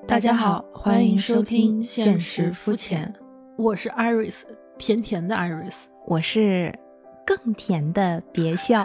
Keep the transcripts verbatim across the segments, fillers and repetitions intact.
大家好，欢迎收听现实肤浅。 我是 Iris， 甜甜的 Iris。 我是更甜的别笑。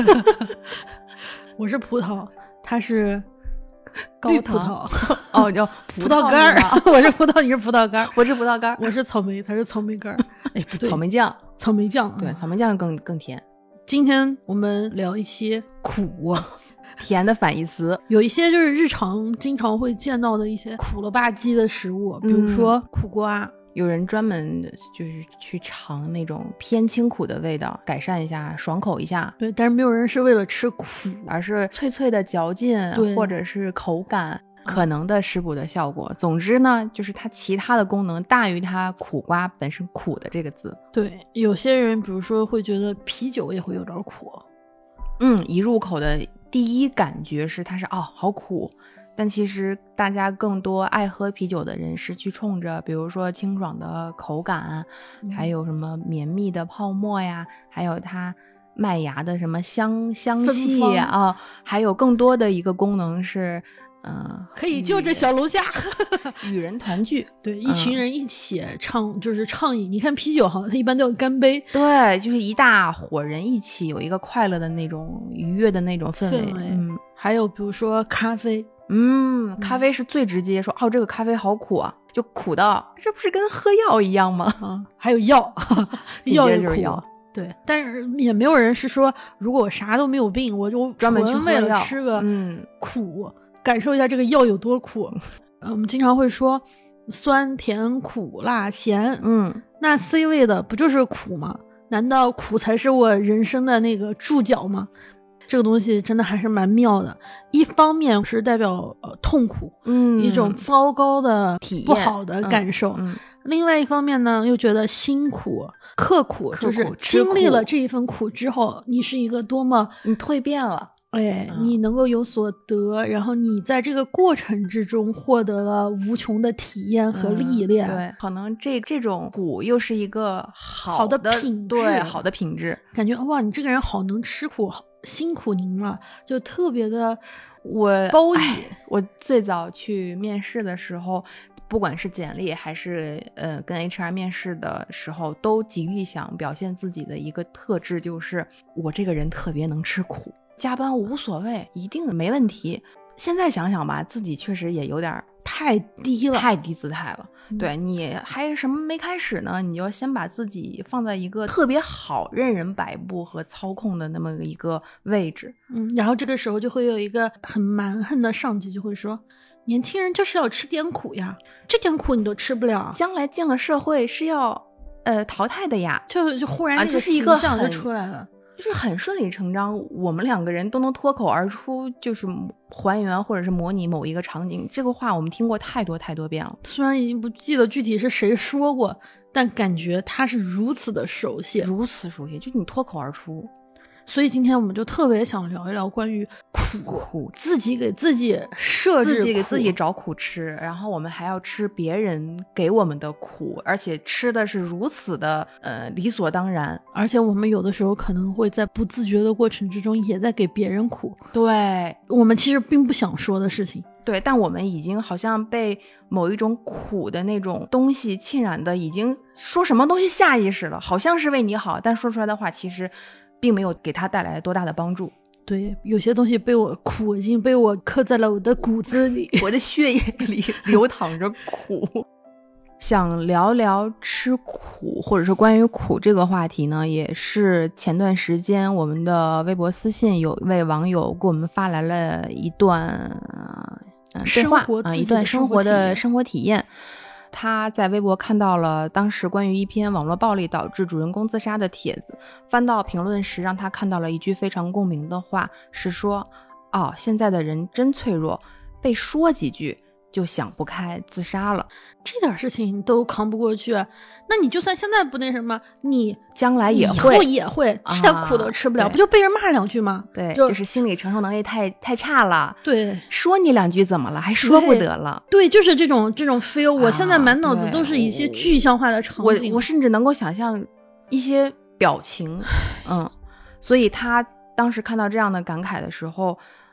我是葡萄，他是高葡萄。 哦，叫葡萄干儿。我是葡萄，你是葡萄干儿。 我是葡萄干儿。 我是草莓，他是草莓干儿。哎，不对， 草莓酱， 草莓酱。 对，草莓酱更更甜。 今天我们聊一些苦。 甜的反义词， 有一些就是日常经常会见到的一些苦了吧唧的食物，比如说苦瓜、嗯、 有人专门就是去尝那种偏清苦的味道，改善一下，爽口一下。 对，但是没有人是为了吃苦， 而是脆脆的嚼劲，或者是口感可能的食补的效果、嗯、总之呢就是它其他的功能大于它苦瓜本身苦的这个字。 对，有些人比如说会觉得啤酒也会有点苦， 嗯，一入口的第一感觉是它是哦好苦，但其实大家更多爱喝啤酒的人是去冲着比如说清爽的口感、嗯、还有什么绵密的泡沫呀，还有它麦芽的什么香香气啊，还有更多的一个功能是嗯， 可以就着小楼下与人团聚。 对，一群人一起唱、嗯、就是畅饮。你看啤酒哈，它一般都有干杯。 对，就是一大伙人一起有一个快乐的那种愉悦的那种氛围。 氛围嗯，还有比如说咖啡， 嗯，咖啡是最直接说、嗯、哦，这个咖啡好苦啊，就苦到这不是跟喝药一样吗？ 啊，还有药， 药也就是药。 对，但是也没有人是说，如果我啥都没有病，我就专门去为了吃个嗯苦。嗯，感受一下这个药有多苦。呃，我们经常会说酸甜苦辣咸， 嗯， 那 C 位的不就是苦吗？难道苦才是我人生的那个注脚吗？这个东西真的还是蛮妙的。一方面是代表呃痛苦， 嗯， 一种糟糕的体验， 不好的感受、 嗯嗯、 另外一方面呢又觉得辛苦刻苦，就是经历了这一份苦之后，你是一个多么你蜕变了， 哎，你能够有所得、嗯、然后你在这个过程之中获得了无穷的体验和历练、 嗯、对，可能这这种苦又是一个好的, 好的品质， 对，好的品质， 感觉哇，你这个人好能吃苦，辛苦您了，就特别的我褒义。 我最早去面试的时候，不管是简历还是呃跟 H R 面试的时候，都极力想表现自己的一个特质，就是我这个人特别能吃苦，加班无所谓，一定没问题。现在想想吧，自己确实也有点太低了， 太低姿态了、嗯、对，你还什么没开始呢，你就先把自己放在一个特别好任人摆布和操控的那么一个位置。 嗯，然后这个时候就会有一个很蛮横的上级就会说，年轻人就是要吃点苦呀，这点苦你都吃不了， 将来进了社会是要呃淘汰的呀， 就就忽然那个形象就出来了、啊就是很顺理成章，我们两个人都能脱口而出，就是还原或者是模拟某一个场景。这个话我们听过太多太多遍了， 虽然已经不记得具体是谁说过，但感觉他是如此的熟悉， 如此熟悉，就你脱口而出。 所以今天我们就特别想聊一聊关于苦苦，自己给自己设置苦， 自己给自己找苦吃，然后我们还要吃别人给我们的苦，而且吃的是如此的呃理所当然， 而且我们有的时候可能会在不自觉的过程之中也在给别人苦， 对， 我们其实并不想说的事情， 对，但我们已经好像被某一种苦的那种东西浸染的，已经说什么东西下意识了，好像是为你好，但说出来的话其实并没有给他带来多大的帮助。 对，有些东西被我苦已经被我刻在了我的骨子里， 我的血液里流淌着苦。想聊聊吃苦或者是关于苦这个话题呢，也是前段时间我们的微博私信有一位网友给我们发来了一段、呃、对话啊、呃，一段生活的生活体验。他在微博看到了当时关于一篇网络暴力导致主人公自杀的帖子，翻到评论时让他看到了一句非常共鸣的话，是说哦，现在的人真脆弱，被说几句就想不开自杀了， 这点事情你都扛不过去，那你就算现在不那什么，你将来也会， 以后也会这点苦都吃不了、啊、不就被人骂两句吗？ 对， 就, 就是心理承受能力太太差了。 对， 说你两句怎么了，还说不得了。 对，对就是这种这种 feel、啊、我现在满脑子都是一些具象化的场景， 我我甚至能够想象一些表情，嗯，所以他当时看到这样的感慨的时候，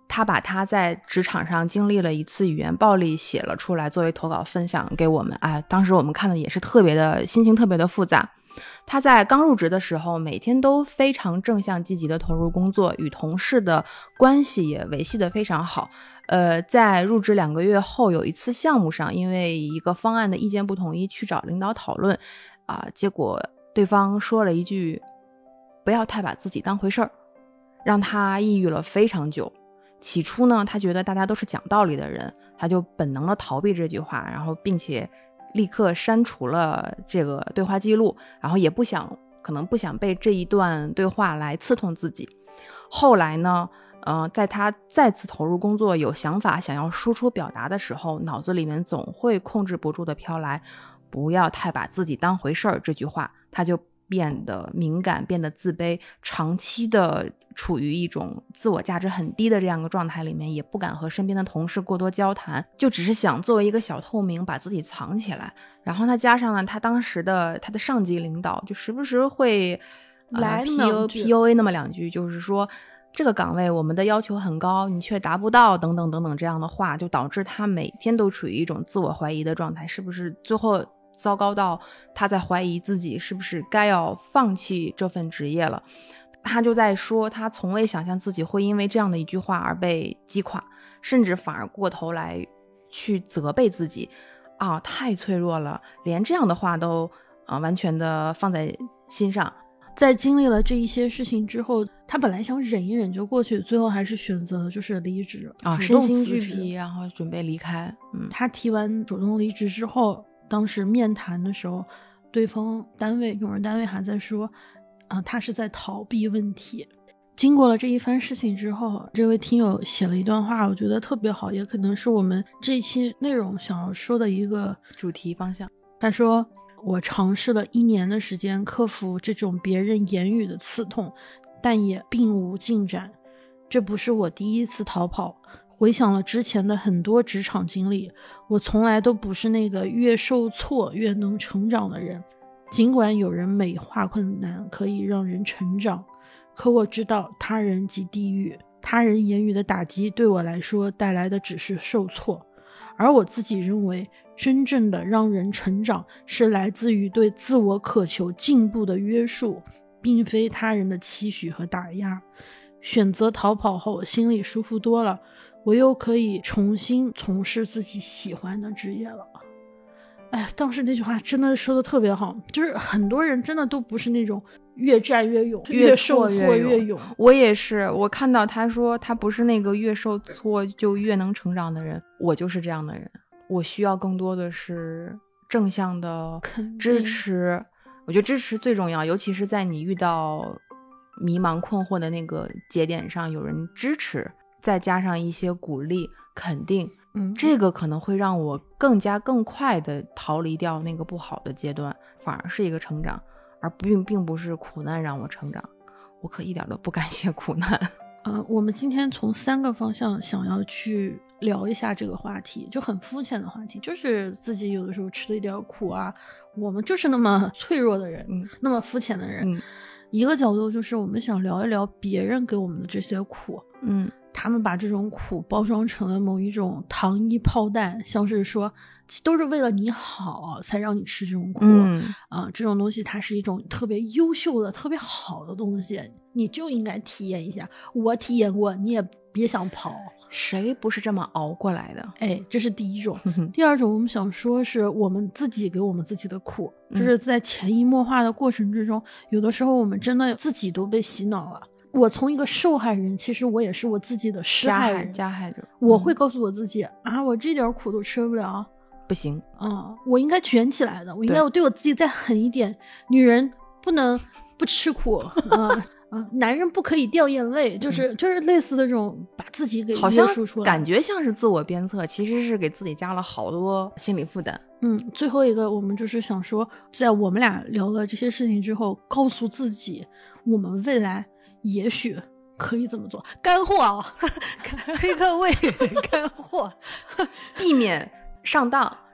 他把他在职场上经历了一次语言暴力写了出来，作为投稿分享给我们。哎，当时我们看的也是特别的心情特别的复杂。他在刚入职的时候，每天都非常正向积极的投入工作，与同事的关系也维系得非常好。呃，在入职两个月后，有一次项目上，因为一个方案的意见不统一，去找领导讨论，啊、呃，结果对方说了一句“不要太把自己当回事儿”，让他抑郁了非常久。起初呢，他觉得大家都是讲道理的人，他就本能的逃避这句话，然后并且立刻删除了这个对话记录，然后也不想，可能不想被这一段对话来刺痛自己。后来呢，呃，在他再次投入工作，有想法想要输出表达的时候，脑子里面总会控制不住的飘来“不要太把自己当回事儿”这句话，他就变得敏感，变得自卑，长期的处于一种自我价值很低的这样一个状态里面，也不敢和身边的同事过多交谈，就只是想作为一个小透明把自己藏起来。然后他加上了他当时的他的上级领导就时不时会、呃、 来 P U A 那么两句，就是说这个岗位我们的要求很高，你却达不到等等等等这样的话，就导致他每天都处于一种自我怀疑的状态，是不是最后糟糕到他在怀疑自己是不是该要放弃这份职业了。他就在说他从未想象自己会因为这样的一句话而被击垮，甚至反而过头来去责备自己啊，太脆弱了，连这样的话都、呃、完全的放在心上。 在经历了这一些事情之后，他本来想忍一忍就过去，最后还是选择就是离职啊，身心俱疲，然后准备离开。嗯， 他提完主动离职之后，当时面谈的时候，对方单位用人单位还在说啊、呃，他是在逃避问题。经过了这一番事情之后，这位听友写了一段话，我觉得特别好，也可能是我们这一期内容想要说的一个主题方向。 他说，我尝试了一年的时间克服这种别人言语的刺痛，但也并无进展。这不是我第一次逃跑，回想了之前的很多职场经历，我从来都不是那个越受挫越能成长的人。尽管有人美化困难可以让人成长，可我知道他人即地狱，他人言语的打击对我来说带来的只是受挫，而我自己认为真正的让人成长是来自于对自我渴求进步的约束，并非他人的期许和打压。选择逃跑后心里舒服多了，我又可以重新从事自己喜欢的职业了。哎，当时那句话真的说的特别好，就是很多人真的都不是那种越战越勇， 越受挫越勇。 我也是，我看到他说他不是那个越受挫就越能成长的人，我就是这样的人。我需要更多的是正向的支持，我觉得支持最重要，尤其是在你遇到迷茫困惑的那个节点上，有人支持，再加上一些鼓励肯定， 嗯， 这个可能会让我更加更快的逃离掉那个不好的阶段，反而是一个成长，而并并不是苦难让我成长。我可一点都不感谢苦难。 呃，我们今天从三个方向想要去聊一下这个话题，就很肤浅的话题，就是自己有的时候吃了一点苦啊，我们就是那么脆弱的人， 嗯， 那么肤浅的人。 嗯， 一个角度就是我们想聊一聊别人给我们的这些苦， 嗯， 他们把这种苦包装成了某一种糖衣炮弹，像是说都是为了你好才让你吃这种苦， 嗯啊，这种东西它是一种特别优秀的特别好的东西，你就应该体验一下。我体验过，你也别想跑， 谁不是这么熬过来的？ 哎，这是第一种。第二种我们想说是我们自己给我们自己的苦，就是在潜移默化的过程之中，有的时候我们真的自己都被洗脑了。我从一个受害人，其实我也是我自己的施害人， 加害者。 我会告诉我自己、嗯、啊，我这点苦都吃不了， 不行啊、嗯，我应该卷起来的，我应该对我自己再狠一点。女人不能不吃苦啊。啊，男人不可以掉眼泪，就是、嗯、就是类似的这种把自己给约束出来， 感觉像是自我鞭策，其实是给自己加了好多心理负担。 嗯，最后一个我们就是想说，在我们俩聊了这些事情之后，告诉自己，我们未来也许可以这么做。干货啊，崔克卫干货， 避免上当，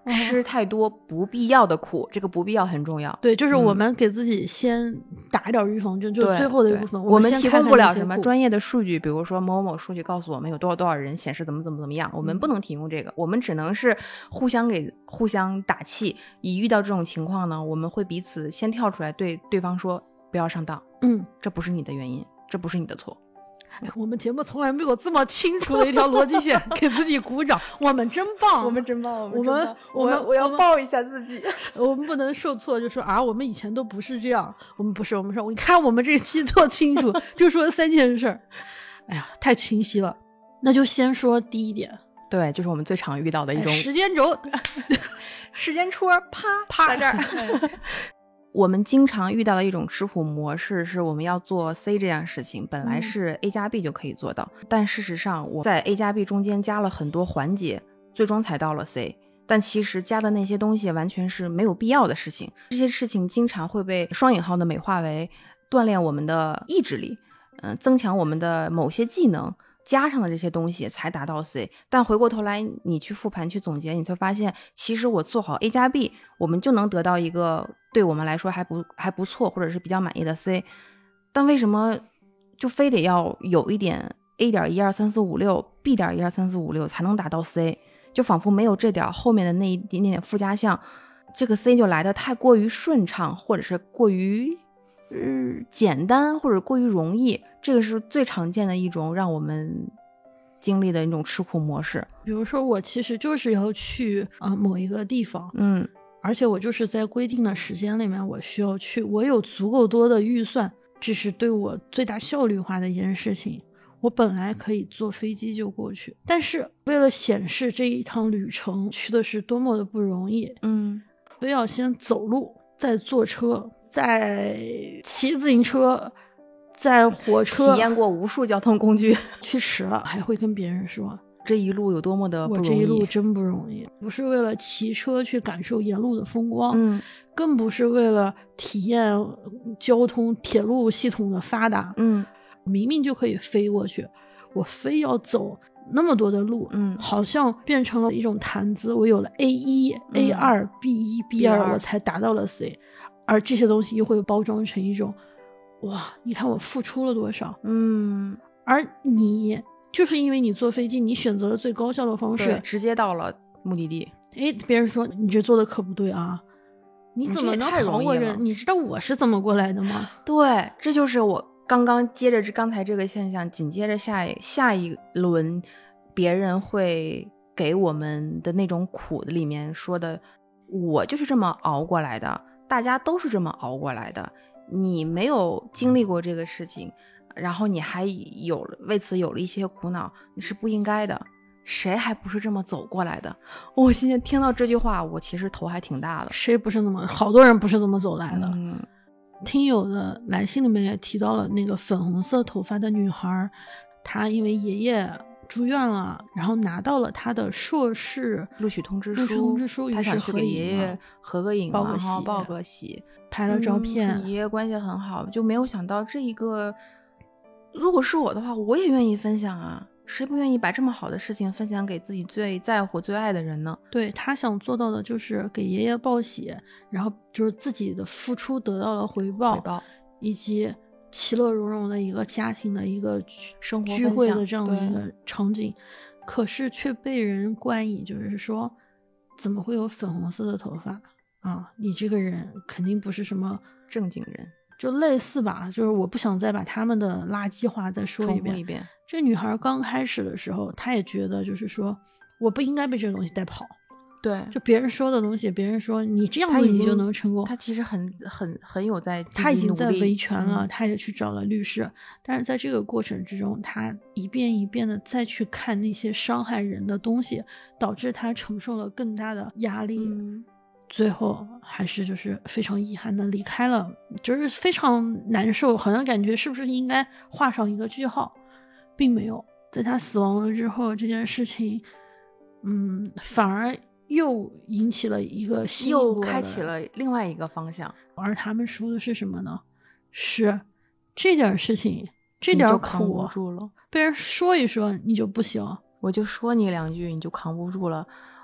吃太多不必要的苦，这个不必要很重要。 对，就是我们给自己先打一点预防针，就最后的一部分， 我们提供不了什么专业的数据，比如说某某数据告诉我们有多少多少人显示怎么怎么怎么样，我们不能提供这个，嗯、我们只能是互相给互相打气。一遇到这种情况呢，我们会彼此先跳出来对对方说不要上当， 嗯， 这不是你的原因，这不是你的错。 哎，我们节目从来没有这么清楚的一条逻辑线，给自己鼓掌，我们真棒， 我们真棒， 我们我们我要抱一下自己， 我们不能受挫，就说啊，我们以前都不是这样，我们不是，我们说，你看我们这期多清楚，就说三件事，哎呀，太清晰了。那就先说第一点， 对，就是我们最常遇到的一种、 哎、时间轴， 时间戳，啪啪在这儿。我们经常遇到的一种吃苦模式是我们要做 C 这样事情，本来是 A 加 B 就可以做到、嗯、但事实上我在 A 加 B 中间加了很多环节，最终才到了 C， 但其实加的那些东西完全是没有必要的事情，这些事情经常会被双引号的美化为锻炼我们的意志力、呃、增强我们的某些技能，加上了这些东西才达到 C， 但回过头来你去复盘去总结，你就发现其实我做好 A 加 B 我们就能得到一个对我们来说还不还不错或者是比较满意的 C， 但为什么就非得要有一点 A 点一二三四五六 B 点一二三四五六才能达到 C， 就仿佛没有这点后面的那一点点附加项，这个 C 就来得太过于顺畅，或者是过于呃简单，或者过于容易，这个是最常见的一种让我们经历的一种吃苦模式。 比如说我其实就是要去啊、呃、某一个地方， 嗯， 而且我就是在规定的时间里面我需要去，我有足够多的预算，这是对我最大效率化的一件事情，我本来可以坐飞机就过去，但是为了显示这一趟旅程去的是多么的不容易， 嗯， 非要先走路，再坐车，再骑自行车，在火车， 体验过无数交通工具， 去迟了还会跟别人说这一路有多么的不容易， 我这一路真不容易，不是为了骑车去感受沿路的风光， 嗯， 更不是为了体验交通铁路系统的发达， 嗯， 明明就可以飞过去，我非要走那么多的路， 嗯， 好像变成了一种谈资，我有了 A 一、嗯、A 二 B 一 B 二 我才达到了 C， 而这些东西又会包装成一种哇你看我付出了多少， 嗯， 而你就是因为你坐飞机你选择了最高效的方式， 直接到了目的地， 诶别人说你这做的可不对啊，你怎么能逃过人？你知道我是怎么过来的吗？ 对，这就是我刚刚接着刚才这个现象，紧接着下一下一轮别人会给我们的那种苦的里面说的，我就是这么熬过来的，大家都是这么熬过来的，你没有经历过这个事情，然后你还有了为此有了一些苦恼，你是不应该的，谁还不是这么走过来的？我现在听到这句话我其实头还挺大的， 谁不是这么，好多人不是这么走来的。 嗯， 听友的来信里面也提到了那个粉红色头发的女孩，她因为爷爷住院了，然后拿到了她的硕士录取通知书， 录取通知书， 她想去给爷爷合个影， 报个喜， 报个喜， 拍了照片， 嗯、爷爷关系很好，就没有想到这一个，如果是我的话，我也愿意分享啊。谁不愿意把这么好的事情分享给自己最在乎最爱的人呢？ 对，他想做到的就是给爷爷报喜，然后就是自己的付出得到了回报， 回报以及其乐融融的一个家庭的一个生活聚会的这样的一个场景，可是却被人冠以就是说怎么会有粉红色的头发啊，你这个人肯定不是什么正经人， 就类似吧，就是我不想再把他们的垃圾话再说一遍一遍。 这女孩刚开始的时候她也觉得就是说我不应该被这个东西带跑， 对， 就别人说的东西，别人说你这样子你就能成功， 她其实很很很有在她已经在维权了， 嗯、 她也去找了律师，但是在这个过程之中她一遍一遍的再去看那些伤害人的东西，导致她承受了更大的压力、嗯、最后还是就是非常遗憾的离开了，就是非常难受，好像感觉是不是应该画上一个句号，并没有，在她死亡了之后这件事情嗯，反而又引起了一个新又开启了另外一个方向， 而他们说的是什么呢？是这点事情，这点苦扛不住了， 被人说一说你就不行， 我就说你两句你就扛不住了，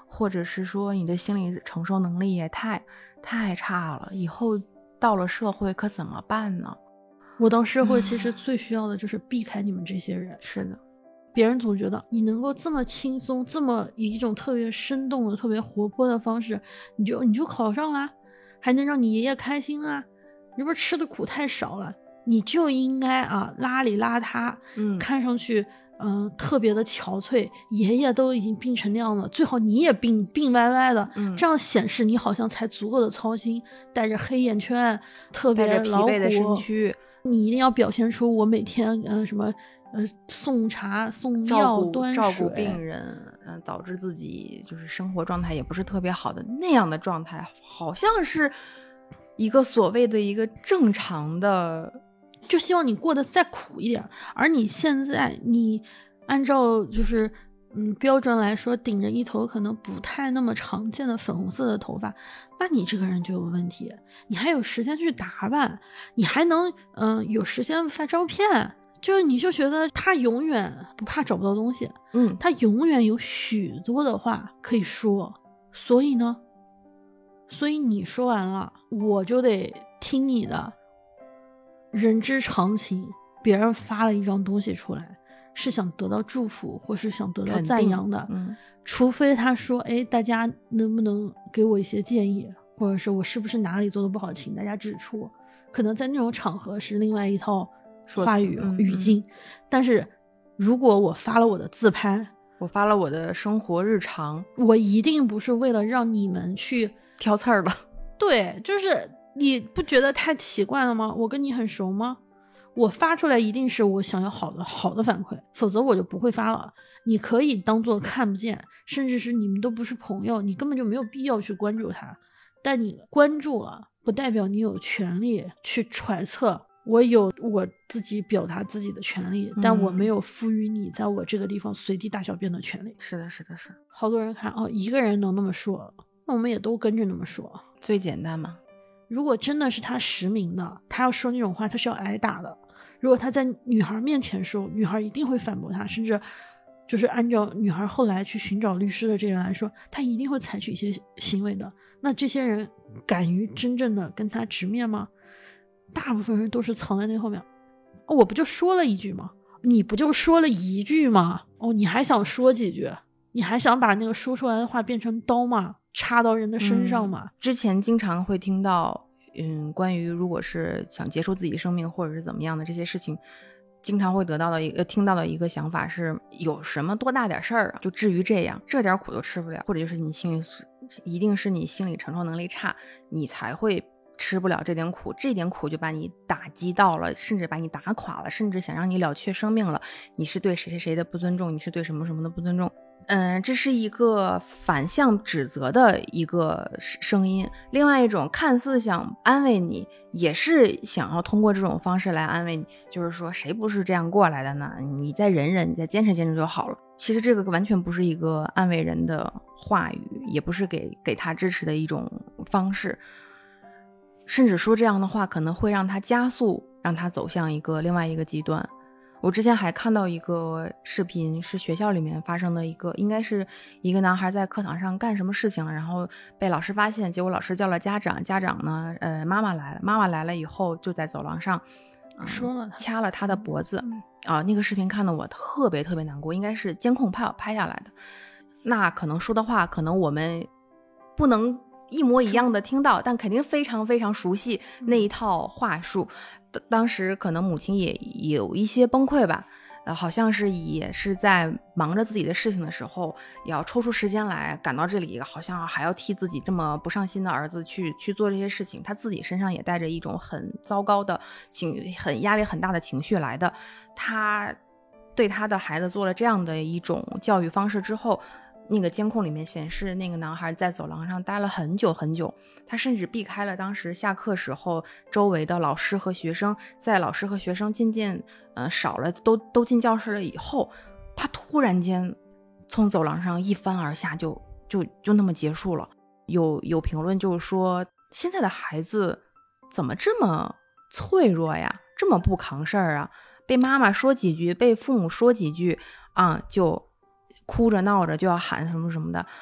或者是说你的心理承受能力也太太差了，以后到了社会可怎么办呢？ 我到社会其实最需要的就是避开你们这些人。 是的， 别人总觉得你能够这么轻松，这么以一种特别生动的、特别活泼的方式，你就你就考上了，还能让你爷爷开心啊！你不是吃的苦太少了，你就应该啊邋里邋遢， 嗯， 看上去嗯、呃、特别的憔悴，爷爷都已经病成那样了，最好你也病病歪歪的， 嗯， 这样显示你好像才足够的操心，带着黑眼圈，特别带着疲劳惫的身苦， 躯， 你一定要表现出我每天呃什么。呃，送茶、送药、端水， 照顾病人，嗯、呃，导致自己就是生活状态也不是特别好的那样的状态，好像是一个所谓的一个正常的， 就希望你过得再苦一点。而你现在，你按照就是嗯标准来说，顶着一头可能不太那么常见的粉红色的头发，那你这个人就有问题。你还有时间去打扮，你还能嗯、呃、有时间发照片。就你就觉得他永远不怕找不到东西， 嗯， 他永远有许多的话可以说，所以呢，所以你说完了，我就得听你的。人之常情，别人发了一张东西出来，是想得到祝福，或是想得到赞扬的， 嗯， 除非他说，哎，大家能不能给我一些建议，或者是我是不是哪里做的不好，请大家指出，可能在那种场合是另外一套话语语境，嗯嗯，但是如果我发了我的自拍， 我发了我的生活日常， 我一定不是为了让你们去挑刺儿的。 对，就是你不觉得太奇怪了吗？我跟你很熟吗？我发出来一定是我想要好的好的反馈，否则我就不会发了。你可以当做看不见，甚至是你们都不是朋友，你根本就没有必要去关注他。但你关注了，不代表你有权利去揣测。我有我自己表达自己的权利， 嗯， 但我没有赋予你在我这个地方随地大小便的权利。 是的，是的，是。 好多人看哦，一个人能那么说，那我们也都跟着那么说， 最简单嘛。 如果真的是他实名的，他要说那种话，他是要挨打的。如果他在女孩面前说，女孩一定会反驳他，甚至就是按照女孩后来去寻找律师的这个人来说，他一定会采取一些行为的。那这些人敢于真正的跟他直面吗？大部分人都是藏在那后面，哦，我不就说了一句吗？你不就说了一句吗？哦，你还想说几句？你还想把那个说出来的话变成刀吗？插到人的身上吗？ 嗯，之前经常会听到，嗯，关于如果是想结束自己生命或者是怎么样的这些事情，经常会得到的一个听到的一个想法是，有什么多大点事儿啊？就至于这样，这点苦都吃不了，或者就是你心里一定是你心理承受能力差，你才会吃不了这点苦，这点苦就把你打击到了，甚至把你打垮了，甚至想让你了却生命了。你是对谁谁谁的不尊重，你是对什么什么的不尊重。嗯，这是一个反向指责的一个声音。另外一种看似想安慰你，也是想要通过这种方式来安慰你，就是说谁不是这样过来的呢？你再忍忍，你再坚持坚持就好了。其实这个完全不是一个安慰人的话语，也不是给给他支持的一种方式。甚至说这样的话可能会让他加速，让他走向一个另外一个极端。我之前还看到一个视频，是学校里面发生的一个，应该是一个男孩在课堂上干什么事情了，然后被老师发现，结果老师叫了家长，家长呢，呃，妈妈来了，妈妈来了以后就在走廊上，呃、 说了他掐了他的脖子， 嗯、 啊，那个视频看得我特别特别难过，应该是监控拍拍下来的。那可能说的话，可能我们不能一模一样的听到，但肯定非常非常熟悉那一套话术。当时可能母亲也有一些崩溃吧，呃，好像是也是在忙着自己的事情的时候，也要抽出时间来赶到这里，好像还要替自己这么不上心的儿子去去做这些事情，他自己身上也带着一种很糟糕的情，很压力很大的情绪来的。他对他的孩子做了这样的一种教育方式之后，那个监控里面显示那个男孩在走廊上待了很久很久，他甚至避开了当时下课时候周围的老师和学生，在老师和学生渐渐呃少了，都都进教室了以后，他突然间从走廊上一翻而下，就就就那么结束了。有有评论就是说，现在的孩子怎么这么脆弱呀，这么不扛事儿啊，被妈妈说几句，被父母说几句啊，就哭着闹着就要喊什么什么的。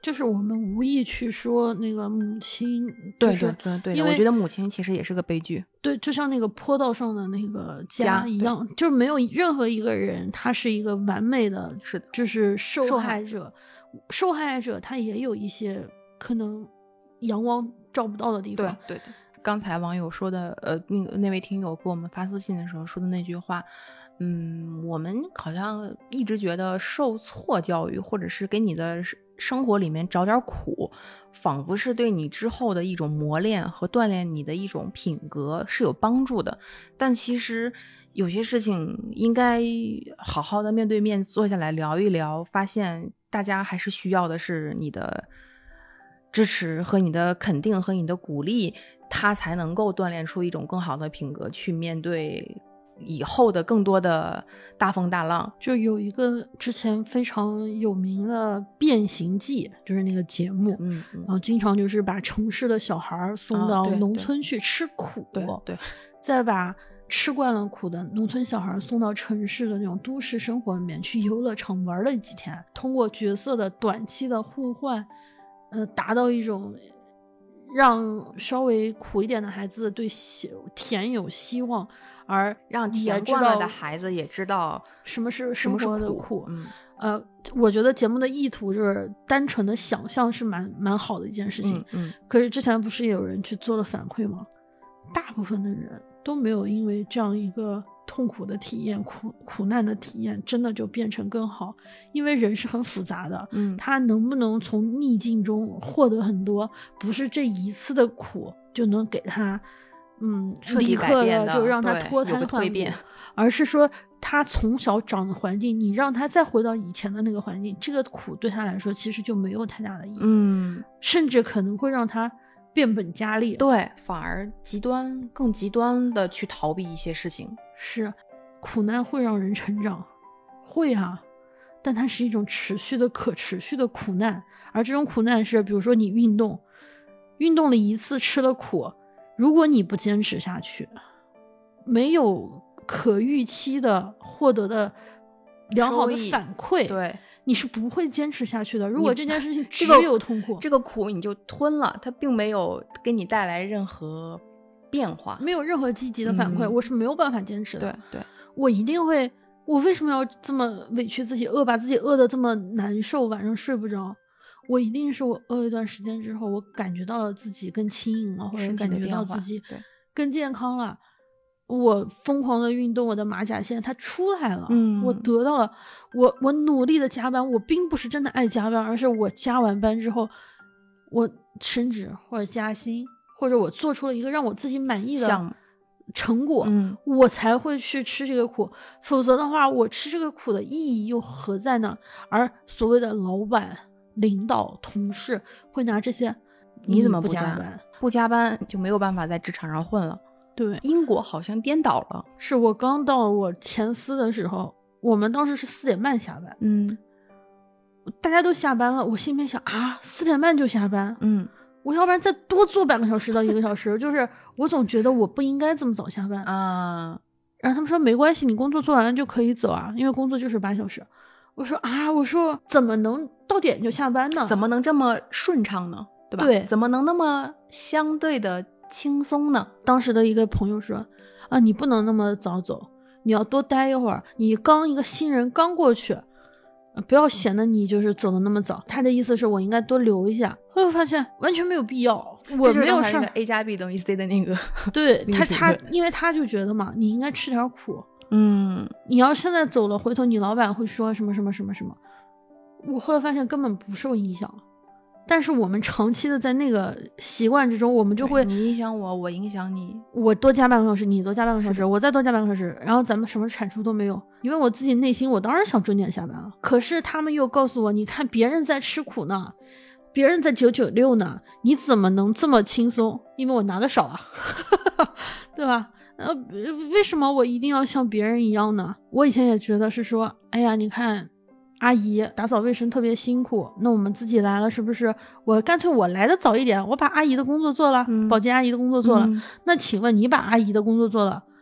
就是我们无意去说那个母亲， 对就是对对对， 因为我觉得母亲其实也是个悲剧。 对，就像那个坡道上的那个家家一样，就是没有任何一个人他是一个完美的， 是的就是受受害害者，受害者他也有一些可能阳光照不到的地对方。 对对，刚才网友说的，呃，那个那位听友给我们发私信的时候说的那句话。嗯，我们好像一直觉得受挫教育，或者是给你的生活里面找点苦，仿佛是对你之后的一种磨练和锻炼你的一种品格是有帮助的。但其实有些事情应该好好的面对面坐下来聊一聊，发现大家还是需要的是你的支持和你的肯定和你的鼓励，他才能够锻炼出一种更好的品格去面对以后的更多的大风大浪。 就有一个之前非常有名的《变形记》，就是那个节目， 嗯嗯， 然后经常就是把城市的小孩送到农村去吃苦， 对对， 再把吃惯了苦的农村小孩送到城市的那种都市生活里面去游乐场玩了几天，通过角色的短期的互换，呃，达到一种让稍微苦一点的孩子对甜有希望，而让甜惯了的孩子也知道什么是生活的苦。 苦嗯， 呃，我觉得节目的意图就是单纯的想象是蛮蛮好的一件事情。 嗯，嗯可是之前不是也有人去做了反馈吗？大部分的人都没有因为这样一个痛苦的体验、苦苦难的体验，真的就变成更好。因为人是很复杂的， 嗯， 他能不能从逆境中获得很多，不是这一次的苦就能给他。嗯， 彻底改变的， 就让他脱胎换骨，而是说他从小长的环境，你让他再回到以前的那个环境，这个苦对他来说其实就没有太大的意义， 嗯， 甚至可能会让他变本加厉， 对，反而极端更极端的去逃避一些事情。 是，苦难会让人成长，会啊，但它是一种持续的、可持续的苦难，而这种苦难是，比如说你运动，运动了一次吃了苦。如果你不坚持下去，没有可预期的获得的良好的反馈， 对， 你是不会坚持下去的。如果这件事情只有痛苦， 这个苦你就吞了，它并没有给你带来任何变化， 没有任何积极的反馈，嗯、我是没有办法坚持的。 对对， 我一定会，我为什么要这么委屈自己，饿把自己饿得这么难受，晚上睡不着？我一定是我饿一段时间之后，我感觉到了自己更轻盈了，或者感觉到自己更健康了。我疯狂的运动，我的马甲线它出来了， 嗯， 我得到了，我我努力的加班，我并不是真的爱加班，而是我加完班之后，我升职或者加薪，或者我做出了一个让我自己满意的成果， 嗯， 我才会去吃这个苦。否则的话，我吃这个苦的意义又何在呢？而所谓的老板、领导、同事会拿这些， 你怎么不加班？ 不加班就没有办法在职场上混了。 对， 因果好像颠倒了。 是我刚到我前司的时候，我们当时是四点半下班， 嗯， 大家都下班了，我心里面想啊，四点半就下班， 嗯， 我要不然再多做半个小时到一个小时，就是我总觉得我不应该这么早下班啊。 然后他们说没关系，你工作做完了就可以走啊，因为工作就是八小时。我说啊，我说怎么能到点就下班呢？ 怎么能这么顺畅呢？对吧？ 对， 怎么能那么相对的轻松呢？ 当时的一个朋友说啊，你不能那么早走，你要多待一会儿，你刚一个新人刚过去，不要显得你就是走的那么早。他的意思是我应该多留一下，后来发现完全没有必要，我没有事儿。 A 加 B 等于 C 的那个对他他因为他就觉得嘛，你应该吃点苦， 嗯， 你要现在走了，回头你老板会说什么什么什么什么。我后来发现根本不受影响，但是我们长期的在那个习惯之中，我们就会你影响我，我影响你， 我多加半个小时，你多加半个小时，我再多加半个小时，然后咱们什么产出都没有。因为我自己内心我当然想准点下班了，可是他们又告诉我，你看别人在吃苦呢，别人在九九六呢，你怎么能这么轻松？因为我拿的少啊对吧？呃，为什么我一定要像别人一样呢？我以前也觉得是说，哎呀，你看阿姨打扫卫生特别辛苦，那我们自己来了是不是我干脆我来的早一点，我把阿姨的工作做了、嗯、保洁阿姨的工作做了、嗯、那请问你把阿姨的工作做了，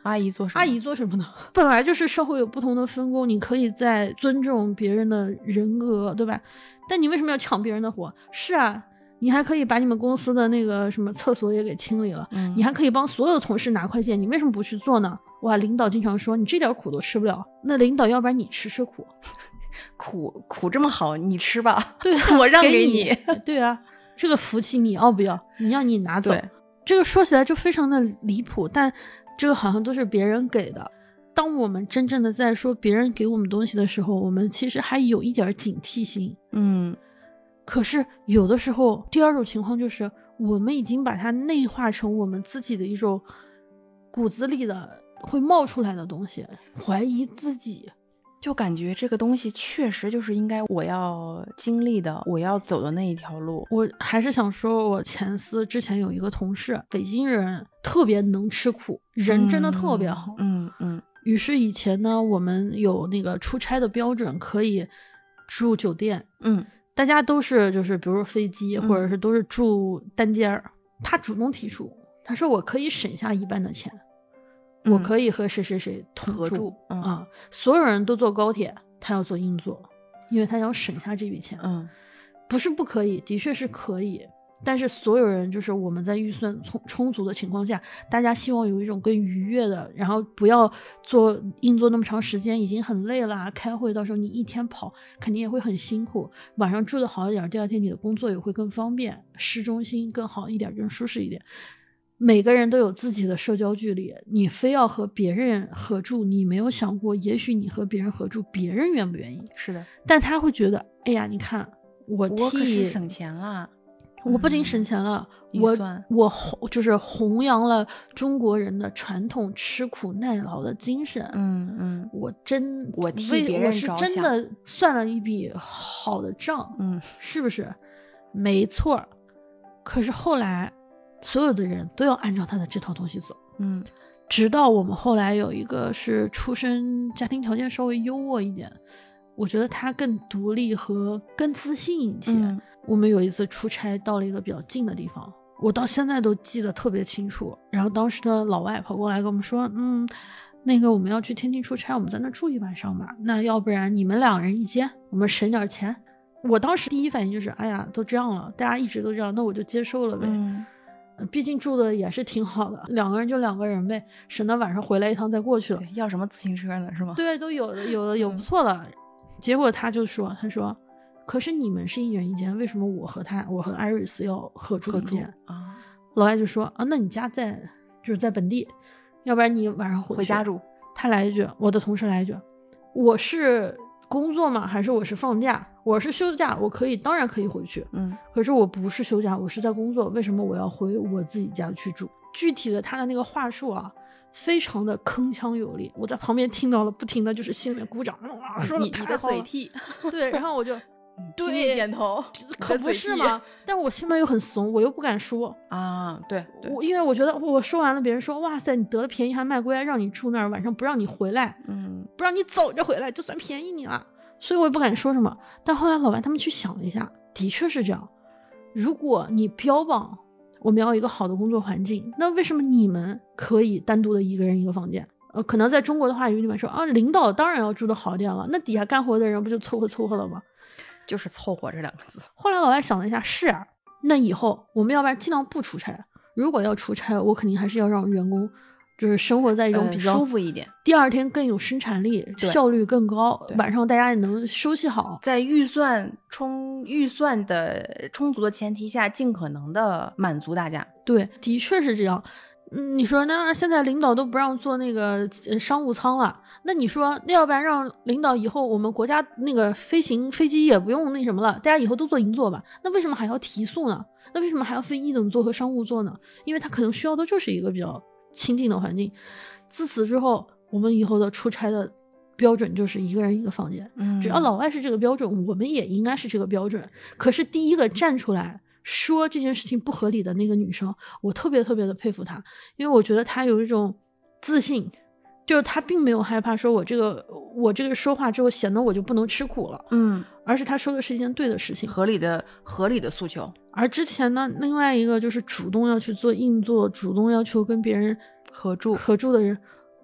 阿姨做什么？ 阿姨做什么呢？本来就是社会有不同的分工，你可以在尊重别人的人格，对吧？但你为什么要抢别人的活？是啊，你还可以把你们公司的那个什么厕所也给清理了， 嗯、 你还可以帮所有的同事拿快件，你为什么不去做呢？哇，领导经常说你这点苦都吃不了，那领导要不然你吃吃苦， 苦苦这么好，你吃吧， 对啊， 我让给你。 对啊，这个福气你要不要？你要你拿走。这个说起来就非常的离谱，但这个好像都是别人给的。当我们真正的在说别人给我们东西的时候，我们其实还有一点警惕心。 嗯， 可是有的时候第二种情况就是我们已经把它内化成我们自己的一种骨子里的会冒出来的东西，怀疑自己， 就感觉这个东西确实就是应该我要经历的，我要走的那一条路。 我还是想说，我前司之前有一个同事，北京人，特别能吃苦，人真的特别好。 嗯嗯。嗯， 于是以前呢，我们有那个出差的标准，可以住酒店。 嗯， 大家都是就是比如说飞机，或者是都是住单间儿。他主动提出，他说我可以省下一半的钱。我可以和谁谁谁同合住、 嗯、啊！所有人都坐高铁，他要坐硬座，因为他想省下这笔钱。 嗯， 不是不可以，的确是可以，但是所有人就是我们在预算充充足的情况下，大家希望有一种更愉悦的，然后不要坐硬座那么长时间，已经很累了。开会到时候你一天跑，肯定也会很辛苦。晚上住的好一点，第二天你的工作也会更方便，市中心更好一点，更舒适一点。每个人都有自己的社交距离，你非要和别人合住，你没有想过也许你和别人合住，别人愿不愿意？ 是的， 但他会觉得，哎呀，你看我替我可是省钱了， 我不仅省钱了， 嗯、 我预算我弘就是弘扬了中国人的传统吃苦耐劳的精神。 嗯嗯， 我真我替别人着想， 我是真的算了一笔好的账， 嗯， 是不是？没错。可是后来所有的人都要按照他的这套东西走， 嗯， 直到我们后来有一个是出身家庭条件稍微优渥一点，我觉得他更独立和更自信一些。 嗯、 我们有一次出差到了一个比较近的地方，我到现在都记得特别清楚。然后当时的老外跑过来跟我们说，嗯，那个我们要去天津出差，我们在那住一晚上吧，那要不然你们两人一间，我们省点钱。我当时第一反应就是哎呀，都这样了，大家一直都这样，那我就接受了呗。 嗯， 毕竟住的也是挺好的，两个人就两个人呗，省得晚上回来一趟再过去了。 要什么自行车呢，是吗？ 对，都有的，有的有不错的。嗯、结果他就说，他说，可是你们是一人一间，为什么我和他，我和艾瑞斯要合住一间啊？ 老外就说啊，那你家在就是在本地，要不然你晚上回回家住。 他来一句，我的同事来一句，我是工作吗？还是我是放假？我是休假，我可以当然可以回去。 嗯， 可是我不是休假，我是在工作，为什么我要回我自己家去住？具体的他的那个话术啊，非常的铿锵有力，我在旁边听到了，不停的就是心里面鼓掌，哇，说的你的嘴替， 对，然后我就对点头， 可不是嘛？但我心里面又很怂，我又不敢说啊。对，对我因为我觉得我说完了，别人说哇塞，你得了便宜还卖乖，让你住那儿，晚上不让你回来， 嗯， 不让你走着回来，就算便宜你了。所以我也不敢说什么。但后来老外他们去想了一下，的确是这样。如果你标榜我们要一个好的工作环境，那为什么你们可以单独的一个人一个房间？呃，可能在中国的话语里面说啊，领导当然要住的好一点了，那底下干活的人不就凑合凑合了吗？ 就是凑合这两个字。 后来老外想了一下，是啊，那以后我们要不然尽量不出差，如果要出差，我肯定还是要让员工就是生活在一种比较、 呃、舒服一点， 第二天更有生产力，效率更高，晚上大家也能休息好， 在预算充预算的充足的前提下，尽可能的满足大家。 对，的确是这样。嗯，你说那现在领导都不让坐那个商务舱了，那你说那要不然让领导以后我们国家那个飞行飞机也不用那什么了，大家以后都坐银座吧？那为什么还要提速呢？那为什么还要分一等座和商务座呢？因为他可能需要的就是一个比较亲近的环境。自此之后，我们以后的出差的标准就是一个人一个房间。 嗯， 只要老外是这个标准，我们也应该是这个标准。可是第一个站出来说这件事情不合理的那个女生，我特别特别的佩服她，因为我觉得她有一种自信，就是她并没有害怕说我这个我这个说话之后显得我就不能吃苦了， 嗯， 而是她说的是一件对的事情， 合理的合理的诉求。 而之前呢，另外一个就是主动要去做硬座，主动要求跟别人合住合住的人，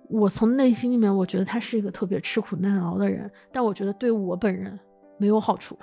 我从内心里面我觉得他是一个特别吃苦耐劳的人，但我觉得对我本人没有好处。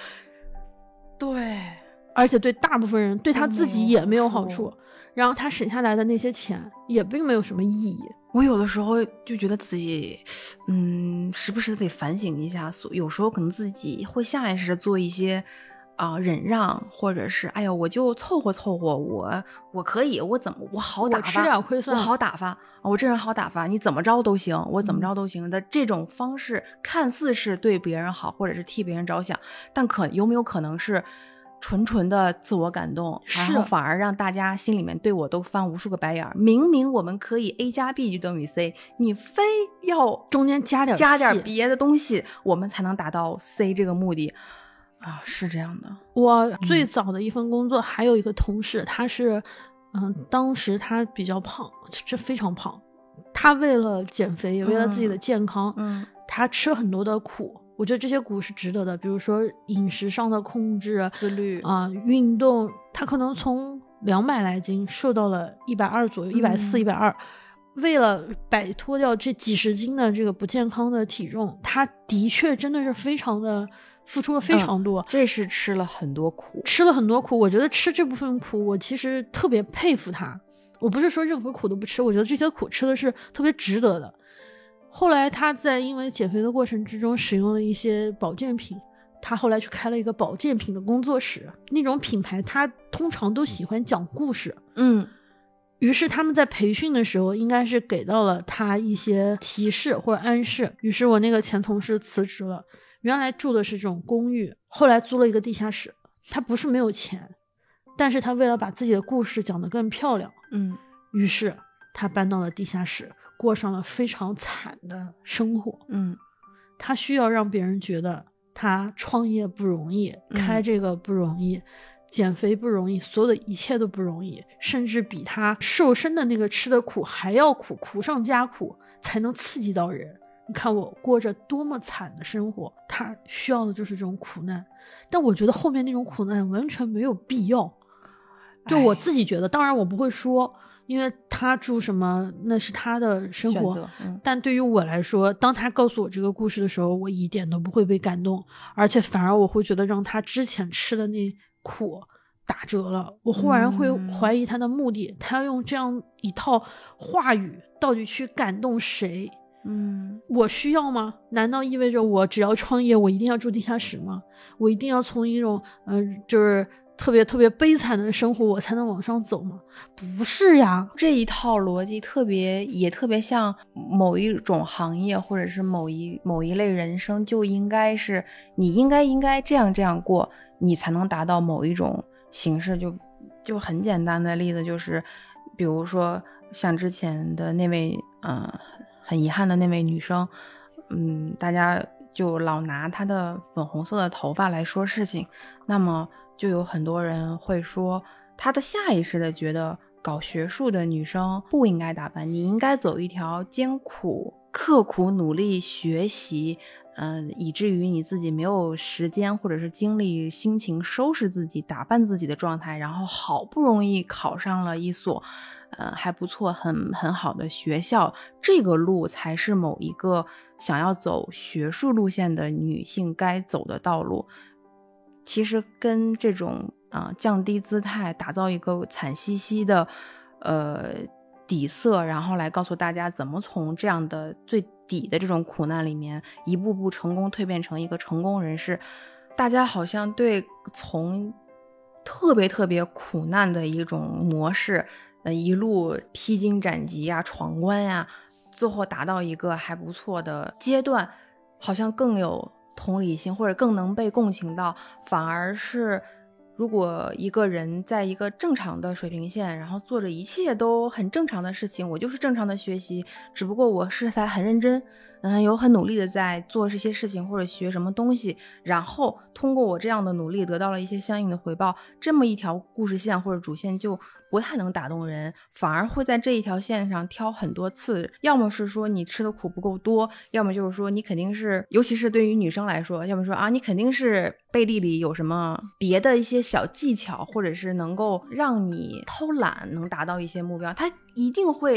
对， 而且对大部分人，对他自己也没有好处，然后他省下来的那些钱也并没有什么意义。 我有的时候就觉得自己嗯，时不时得反省一下，有时候可能自己会下意识的做一些啊、呃、忍让，或者是哎呀我就凑合凑合，我我可以，我怎么我好打发， 我吃点亏算， 我好打发，我这人好打发，你怎么着都行，我怎么着都行的、嗯、这种方式看似是对别人好，或者是替别人着想，但可有没有可能是纯纯的自我感动，然后反而让大家心里面对我都翻无数个白眼。明明我们可以 A 加 B 就等于 C， 你非要中间加点加点别的东西，我们才能达到 C 这个目的啊，是这样的。 我最早的一份工作、嗯、还有一个同事，他是嗯，当时他比较胖，这非常胖，他为了减肥也为了自己的健康， 嗯， 他吃很多的苦，我觉得这些苦是值得的，比如说饮食上的控制、 自律啊、呃，运动，他可能从两百来斤瘦到了一百二左右，一百四、一百二。为了摆脱掉这几十斤的这个不健康的体重，他的确真的是非常的付出了非常多、 嗯、这是吃了很多苦， 吃了很多苦。我觉得吃这部分苦，我其实特别佩服他。我不是说任何苦都不吃，我觉得这些苦吃的是特别值得的。后来他在因为减肥的过程之中使用了一些保健品，他后来去开了一个保健品的工作室，那种品牌他通常都喜欢讲故事， 嗯， 于是他们在培训的时候应该是给到了他一些提示或者暗示，于是我那个前同事辞职了，原来住的是这种公寓，后来租了一个地下室。他不是没有钱，但是他为了把自己的故事讲得更漂亮， 嗯， 于是他搬到了地下室，过上了非常惨的生活。 嗯， 他需要让别人觉得他创业不容易，开这个不容易、嗯、减肥不容易，所有的一切都不容易，甚至比他瘦身的那个吃的苦还要苦，苦上加苦才能刺激到人。你看我过着多么惨的生活，他需要的就是这种苦难，但我觉得后面那种苦难完全没有必要，就我自己觉得，当然我不会说，因为他住什么那是他的生活、嗯、但对于我来说，当他告诉我这个故事的时候，我一点都不会被感动，而且反而我会觉得让他之前吃的那苦打折了。我忽然会怀疑他的目的、嗯、他要用这样一套话语到底去感动谁？ 嗯， 我需要吗？难道意味着我只要创业我一定要住地下室吗？我一定要从一种嗯、呃，就是特别特别悲惨的生活我才能往上走吗？不是呀， 这一套逻辑特别也特别像某一种行业或者是某一某一类人生，就应该是你应该应该这样这样过，你才能达到某一种形式。就就很简单的例子就是，比如说像之前的那位呃很遗憾的那位女生，嗯，大家就老拿她的粉红色的头发来说事情，那么就有很多人会说，她的下意识的觉得搞学术的女生不应该打扮，你应该走一条艰苦刻苦努力学习，嗯、呃，以至于你自己没有时间或者是精力心情收拾自己打扮自己的状态，然后好不容易考上了一所呃，还不错很很好的学校，这个路才是某一个想要走学术路线的女性该走的道路。其实跟这种啊、呃、降低姿态，打造一个惨兮兮的呃底色，然后来告诉大家怎么从这样的最底的这种苦难里面一步步成功蜕变成一个成功人士，大家好像对从特别特别苦难的一种模式呃，一路披荆斩棘啊，闯关呀、啊，最后达到一个还不错的阶段，好像更有同理心，或者更能被共情到。反而是如果一个人在一个正常的水平线，然后做着一切都很正常的事情，我就是正常的学习，只不过我是才很认真，嗯，有很努力的在做这些事情或者学什么东西，然后通过我这样的努力得到了一些相应的回报，这么一条故事线或者主线就不太能打动人，反而会在这一条线上挑很多刺，要么是说你吃的苦不够多，要么就是说你肯定是，尤其是对于女生来说，要么说啊你肯定是背地里有什么别的一些小技巧，或者是能够让你偷懒能达到一些目标，他一定会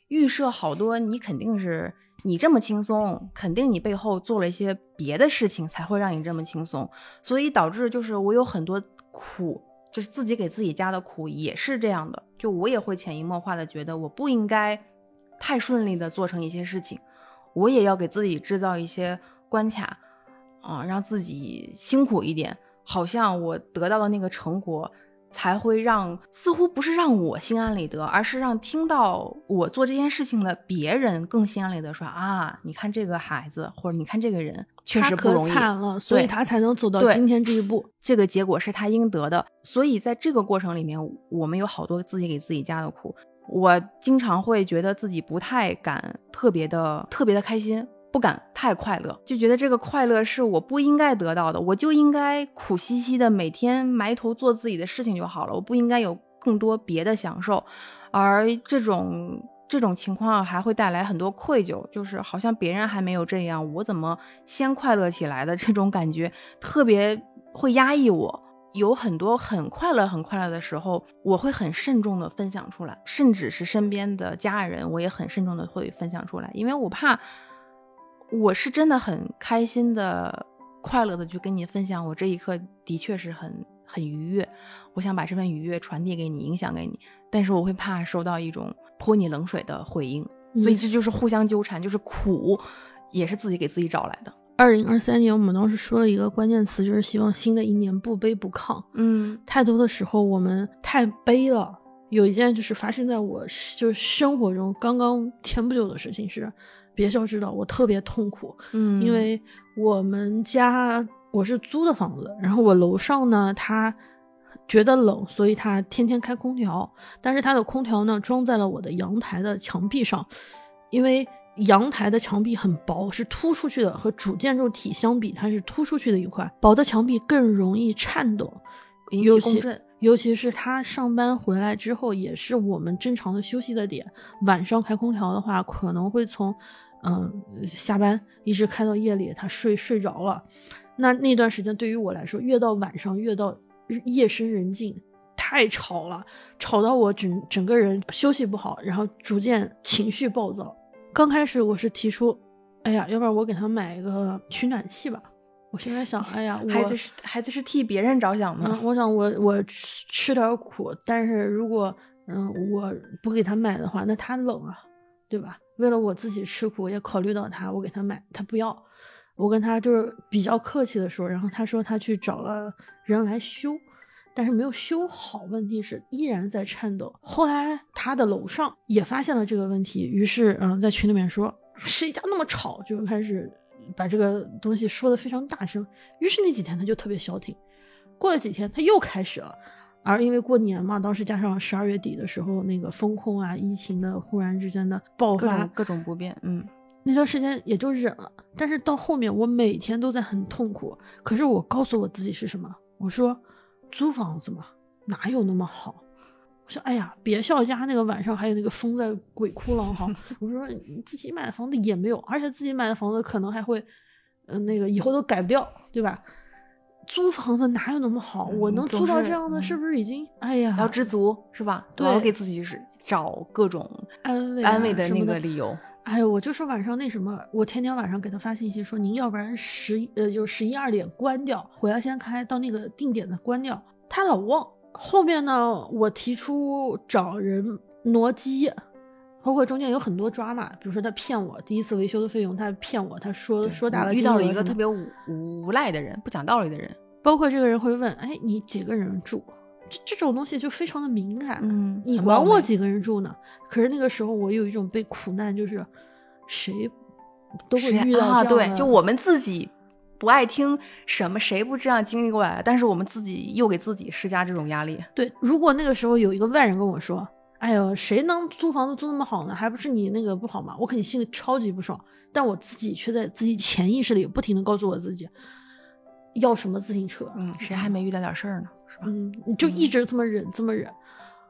预设好多你肯定是你这么轻松，肯定你背后做了一些别的事情才会让你这么轻松，所以导致就是我有很多苦，就是自己给自己加的苦也是这样的，就我也会潜移默化的觉得我不应该太顺利的做成一些事情，我也要给自己制造一些关卡啊、呃，让自己辛苦一点，好像我得到的那个成果才会让，似乎不是让我心安理得，而是让听到我做这件事情的别人更心安理得，说啊，你看这个孩子，或者你看这个人确实不容易， 他可惨了，所以他才能走到今天这一步， 这个结果是他应得的。所以在这个过程里面，我们有好多自己给自己加的苦，我经常会觉得自己不太敢特别的特别的开心，不敢太快乐，就觉得这个快乐是我不应该得到的，我就应该苦兮兮的每天埋头做自己的事情就好了，我不应该有更多别的享受。而这种这种情况还会带来很多愧疚，就是好像别人还没有这样，我怎么先快乐起来的这种感觉特别会压抑我。有很多很快乐很快乐的时候，我会很慎重的分享出来，甚至是身边的家人我也很慎重的会分享出来，因为我怕我是真的很开心的快乐的去跟你分享，我这一刻的确是很很愉悦，我想把这份愉悦传递给你，影响给你，但是我会怕收到一种泼你冷水的回应，所以这就是互相纠缠，就是苦也是自己给自己找来的。 二零二三年我们当时说了一个关键词，就是希望新的一年不卑不亢。 嗯， 太多的时候我们太卑了。有一件就是发生在我就是生活中刚刚前不久的事情是，别校知道我特别痛苦。 嗯， 因为我们家我是租的房子，然后我楼上呢他觉得冷，所以他天天开空调，但是他的空调呢装在了我的阳台的墙壁上，因为阳台的墙壁很薄，是凸出去的，和主建筑体相比它是凸出去的一块，薄的墙壁更容易颤抖， 引起共振。 尤其是他上班回来之后，也是我们正常的休息的点，晚上开空调的话可能会从嗯、呃、下班一直开到夜里，他睡睡着了，那那段时间对于我来说，越到晚上越到夜深人静，太吵了，吵到我整整个人休息不好，然后逐渐情绪暴躁。刚开始我是提出，哎呀，要不然我给他买一个取暖器吧。我现在想，哎呀，我孩子是孩子是替别人着想的。 嗯，我想我我吃吃点苦，但是如果嗯我不给他买的话，那他冷啊，对吧？为了我自己吃苦，也考虑到他，我给他买，他不要。我跟他就是比较客气的说，然后他说他去找了人来修，但是没有修好，问题是依然在颤抖。后来他的楼上也发现了这个问题，于是嗯在群里面说谁家那么吵，就开始把这个东西说得非常大声。于是那几天他就特别消停，过了几天他又开始了。而因为过年嘛，当时加上十二月底的时候那个风控啊，疫情的忽然之间的爆发， 各种各种不便，嗯， 那段时间也就忍了。但是到后面我每天都在很痛苦，可是我告诉我自己是什么，我说租房子嘛哪有那么好，我说哎呀别笑家那个晚上还有那个风在鬼哭狼嚎我说你自己买的房子也没有，而且自己买的房子可能还会嗯、呃，那个以后都改不掉，对吧？租房子哪有那么好、嗯、我能租到这样的是不是已经、嗯、哎呀要知足是吧？对，我要给自己是找各种安慰、 啊、安慰的那个理由。 哎呦，我就是晚上那什么，我天天晚上给他发信息说，您要不然十呃就十一二点关掉，回来先开，到那个定点的关掉。他老忘。后面呢，我提出找人挪机，包括中间有很多抓马，比如说他骗我第一次维修的费用，他骗我，他说说大了， 遇到了一个特别无无赖的人，不讲道理的人。 包括这个人会问，哎，你几个人住？这这种东西就非常的敏感， 嗯， 你管我几个人住呢？可是那个时候我有一种被苦难，就是谁都会遇到这样的、 啊、对，就我们自己不爱听什么，谁不这样经历过来？但是我们自己又给自己施加这种压力。 对，如果那个时候有一个外人跟我说，哎呦，谁能租房子租那么好呢？还不是你那个不好吗？我肯定心里超级不爽，但我自己却在自己潜意识里不停的告诉我自己，要什么自行车？ 嗯，谁还没遇到点事儿呢？是吧？ 嗯，你就一直这么忍，嗯、这么忍。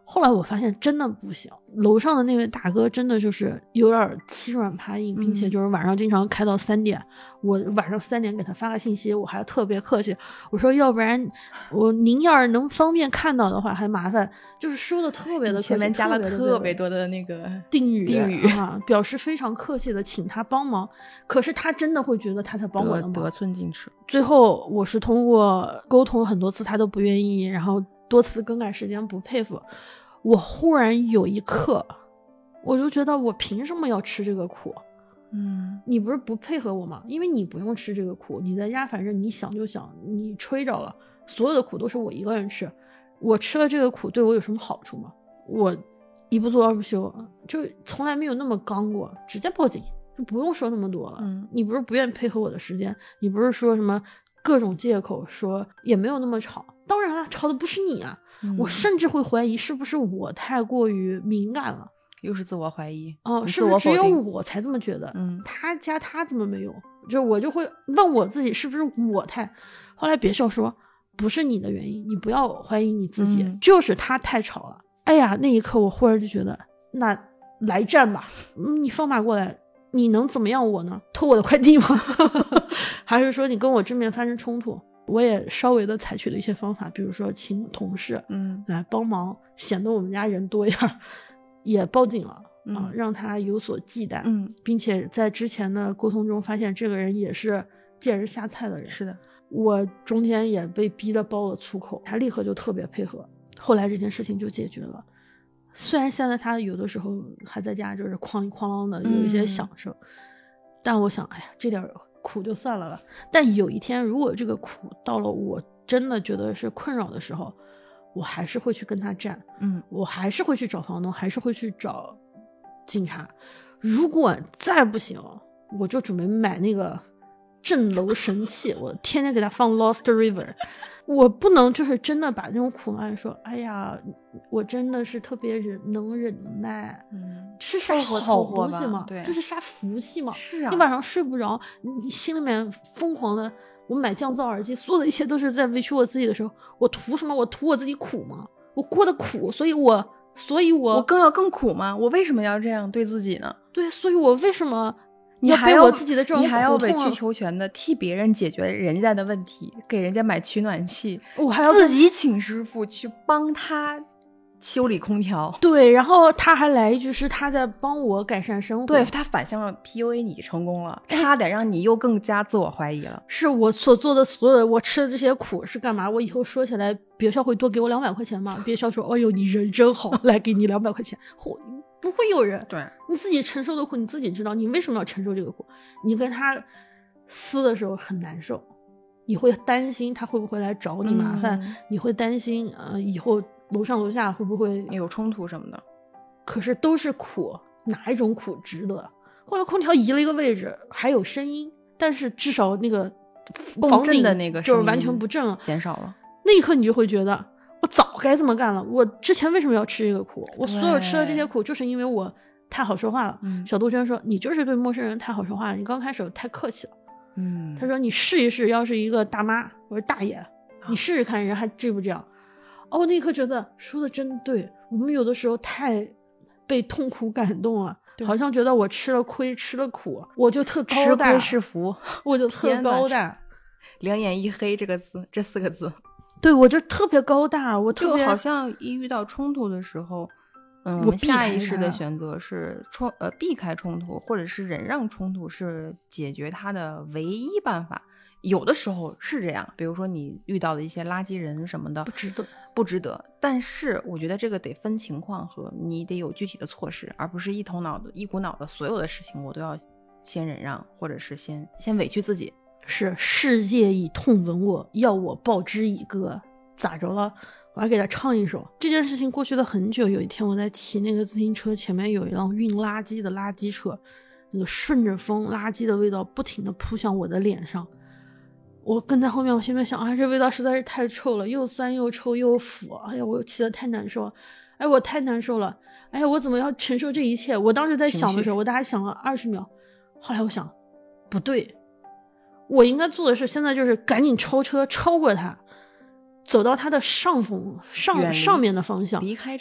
后来我发现真的不行，楼上的那位大哥真的就是有点欺软怕硬，并且就是晚上经常开到三点、嗯、我晚上三点给他发个信息，我还特别客气，我说要不然我您要是能方便看到的话还麻烦，就是说的特别的客气， 前面加了特别多的那个定语定语啊，表示非常客气的请他帮忙，可是他真的会觉得他在帮我的忙， 得寸进尺。 最后我是通过沟通很多次他都不愿意，然后多次更改时间不佩服，我忽然有一刻我就觉得我凭什么要吃这个苦？ 嗯， 你不是不配合我吗？因为你不用吃这个苦，你在家反正你想就想，你吹着了，所有的苦都是我一个人吃，我吃了这个苦对我有什么好处吗？我一不做二不休，就从来没有那么刚过，直接报警，就不用说那么多了。 嗯， 你不是不愿意配合我的时间，你不是说什么各种借口，说也没有那么吵，当然了，吵的不是你啊。 嗯、 我甚至会怀疑是不是我太过于敏感了， 又是自我怀疑哦，是不是只有我才这么觉得？ 嗯， 他家他怎么没有？就我就会问我自己，是不是我太……后来别笑说不是你的原因，你不要怀疑你自己， 嗯、 就是他太吵了。哎呀，那一刻我忽然就觉得，那来战吧，你放马过来，你能怎么样我呢？偷我的快递吗？还是说你跟我正面发生冲突？我也稍微的采取了一些方法，比如说请同事嗯来帮忙，显得我们家人多一点，也报警了、 嗯、 啊，让他有所忌惮， 嗯， 并且在之前的沟通中发现这个人也是见人下菜的人。 是的， 我中间也被逼得爆了粗口，他立刻就特别配合，后来这件事情就解决了。虽然现在他有的时候还在家就是哐里哐啷的有一些享受、嗯、但我想哎呀这点苦就算了吧，但有一天如果这个苦到了我真的觉得是困扰的时候，我还是会去跟他战， 嗯， 我还是会去找房东，还是会去找警察。如果再不行，我就准备买那个镇楼神器，我天天给他放 Lost River。我不能就是真的把这种苦难说，哎呀，我真的是特别忍能忍耐， 嗯， 是啥好东西吗？ 对， 这是啥福气吗？ 是啊， 你晚上睡不着，你心里面疯狂的，我买降噪耳机，所有的一切都是在委屈我自己的时候，我图什么？我图我自己苦吗？我过得苦，所以我，所以我， 我更要更苦吗？我为什么要这样对自己呢？ 对，所以我为什么？ 你还要我自己的这种你还要委曲求全的替别人解决人家的问题，给人家买取暖器， 我还要自己请师傅去帮他修理空调。 对，然后他还来一句是他在帮我改善生活， 对，他反向了 P U A 你成功了，差点让你又更加自我怀疑了。 是我所做的所有的，我吃的这些苦是干嘛？我以后说起来，别校会多给我两百块钱吗？别校说，哎呦，你人真好，来给你两百块钱。不会有人， 对， 你自己承受的苦你自己知道，你为什么要承受这个苦？你跟他撕的时候很难受，你会担心他会不会来找你麻烦、嗯、你会担心呃以后楼上楼下会不会有冲突什么的， 可是都是苦，哪一种苦值得？后来空调移了一个位置，还有声音，但是至少那个共振的那个就是完全不震了， 减少了。 那一刻你就会觉得我早该这么干了，我之前为什么要吃这个苦？我所有吃的这些苦就是因为我太好说话了。 嗯、 小杜鹃说你就是对陌生人太好说话了，你刚开始太客气了。 嗯， 他说你试一试，要是一个大妈或者大爷、啊、你试试看人还至不这样。哦，那一刻觉得说的真对，我们有的时候太被痛苦感动了，好像觉得我吃了亏吃了苦我就特高大， 吃亏是福， 我就特高大。 两眼一黑这个字，这四个字， 对，我就特别高大，我特别就好像一遇到冲突的时候，嗯，我们下意识的选择是冲呃避开冲突，或者是忍让冲突是解决它的唯一办法。有的时候是这样，比如说你遇到的一些垃圾人什么的， 不值得， 不值得。但是我觉得这个得分情况和你得有具体的措施，而不是一头脑的、一股脑的所有的事情我都要先忍让，或者是先先委屈自己。 是世界以痛吻我，要我报之以歌，咋着了？我还给他唱一首。这件事情过去了很久，有一天我在骑那个自行车，前面有一辆运垃圾的垃圾车，那个顺着风，垃圾的味道不停地扑向我的脸上。我跟在后面，我心里面想，啊，这味道实在是太臭了，又酸又臭又腐，哎呀，我骑得太难受了，哎，我太难受了，哎呀，我怎么要承受这一切？我当时在想的时候，我大概想了二十秒，后来我想，不对，我应该做的是现在就是赶紧超车，超过他，走到他的上风上上面的方向， 离开这个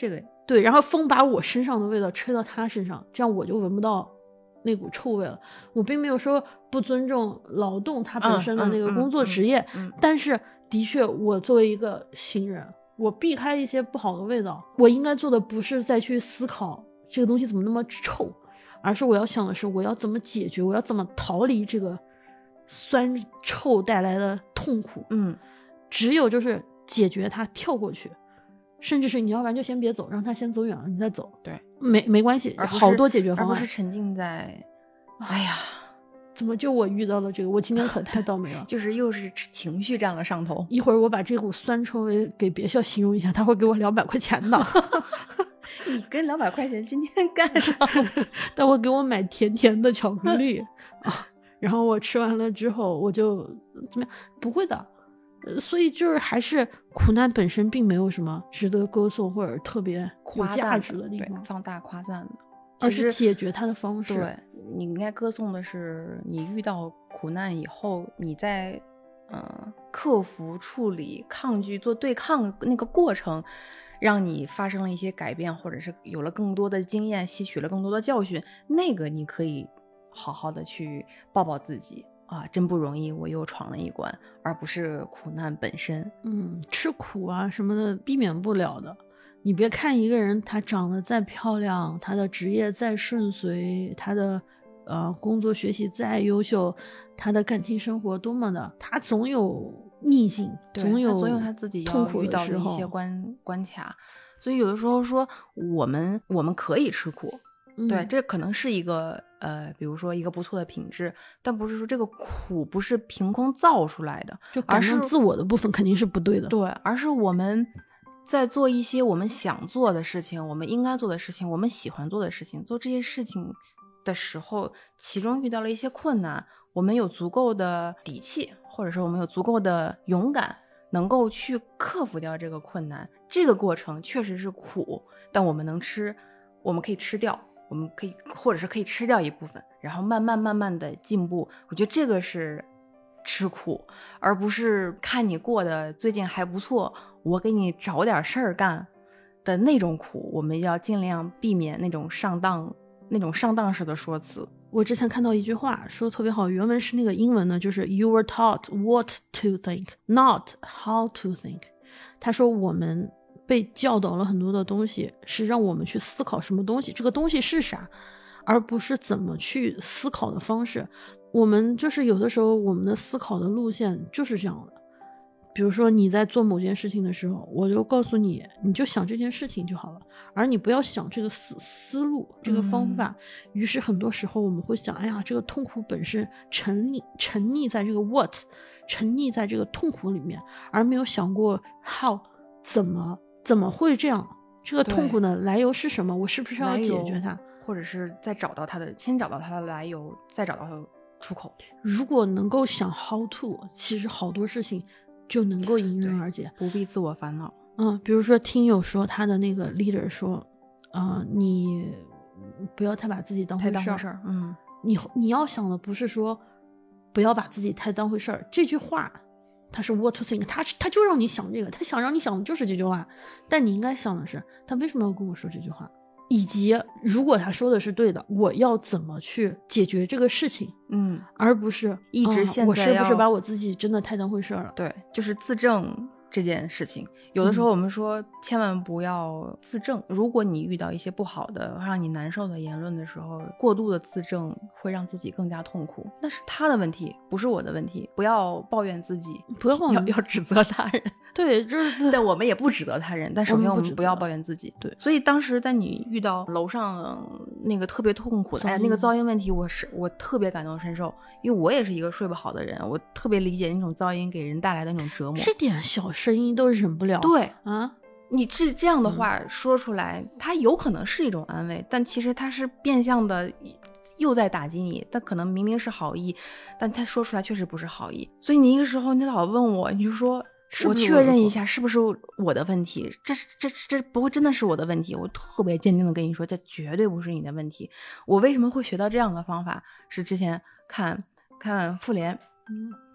对，然后风把我身上的味道吹到他身上，这样我就闻不到那股臭味了。我并没有说不尊重劳动它本身的那个工作职业， 嗯嗯嗯嗯、 但是的确我作为一个新人，我避开一些不好的味道，我应该做的不是再去思考这个东西怎么那么臭，而是我要想的是我要怎么解决，我要怎么逃离这个酸臭带来的痛苦。 嗯， 只有就是解决它，跳过去，甚至是你要不然就先别走，让他先走远了你再走。 对， 没没关系，好多解决方案， 而不是沉浸在哎呀怎么就我遇到了这个，我今天可太倒霉了。 就是又是情绪占了上头。 一会儿我把这股酸臭味给别校形容一下，他会给我两百块钱的。 你跟两百块钱今天干上但我给我买甜甜的巧克力啊，然后我吃完了之后我就怎么样？不会的。所以就是还是苦难本身并没有什么值得歌颂或者特别有价值的地方， 放大夸赞的， 而是解决它的方式。 对，你应该歌颂的是你遇到苦难以后，你在呃克服、处理、抗拒、做对抗那个过程，让你发生了一些改变，或者是有了更多的经验，吸取了更多的教训，那个你可以好好的去抱抱自己。啊，真不容易，我又闯了一关，而不是苦难本身。 嗯，吃苦啊什么的避免不了的。你别看一个人他长得再漂亮，他的职业再顺遂，他的呃工作学习再优秀，他的感情生活多么的，他总有逆境，总有总有他自己要遇到的一些关关卡。所以有的时候说我们我们可以吃苦。 嗯、 对，这可能是一个呃，比如说一个不错的品质，但不是说这个苦不是凭空造出来的， 就感动自我的部分肯定是不对的。 对，而是我们在做一些我们想做的事情，我们应该做的事情，我们喜欢做的事情，做这些事情的时候，其中遇到了一些困难，我们有足够的底气，或者说我们有足够的勇敢，能够去克服掉这个困难。这个过程确实是苦，但我们能吃，我们可以吃掉。我们可以，或者是可以吃掉一部分，然后慢慢慢慢的进步。我觉得这个是吃苦，而不是看你过得最近还不错，我给你找点事儿干的那种苦。我们要尽量避免那种上当、那种上当式的说辞。 我之前看到一句话说得特别好，原文是那个英文呢，就是 You were taught what to think, not how to think。他说我们被教导了很多的东西，是让我们去思考什么东西，这个东西是啥，而不是怎么去思考的方式。我们就是有的时候我们的思考的路线就是这样的。比如说你在做某件事情的时候，我就告诉你，你就想这件事情就好了，而你不要想这个思思路这个方法、嗯、于是很多时候我们会想，哎呀，这个痛苦本身沉溺沉溺在这个 what 沉溺在这个痛苦里面，而没有想过 how 怎么怎么会这样，这个痛苦的来由是什么，我是不是要解决它， 或者是再找到它的先找到它的来由，再找到它的出口。 如果能够想 how to， 其实好多事情就能够迎刃而解， 不必自我烦恼。 嗯，比如说听友说他的那个 leader 说，呃，你不要太把自己当回事儿。 太当回事儿，嗯， 你你要想的不是说不要把自己太当回事儿，这句话他是 what to think， 他他就让你想这个，他想让你想的就是这句话，但你应该想的是他为什么要跟我说这句话，以及如果他说的是对的，我要怎么去解决这个事情， 嗯， 而不是一直现在、 嗯、我是不是把我自己真的太当回事了。 对，就是自证这件事情，有的时候我们说千万不要自证、嗯、如果你遇到一些不好的让你难受的言论的时候，过度的自证会让自己更加痛苦，那是他的问题，不是我的问题。不要抱怨自己， 不要抱怨， 要, 要指责他人。 对，就是但我们也不指责他人，但首先我们不要抱怨自己。 对， 所以当时在你遇到楼上那个特别痛苦的，哎，那个噪音问题，我是我特别感同身受，因为我也是一个睡不好的人，我特别理解那种噪音给人带来的那种折磨。 这点小声音都忍不了。 对啊， 你这这样的话说出来、嗯，它有可能是一种安慰，但其实它是变相的又在打击你。但可能明明是好意，但他说出来确实不是好意。所以你一个时候你老问我，你就说。 是不是我确认一下是不是我的问题，这这这不会真的是我的问题，我特别坚定的跟你说，这绝对不是你的问题。我为什么会学到这样的方法，是之前看看妇联， 嗯，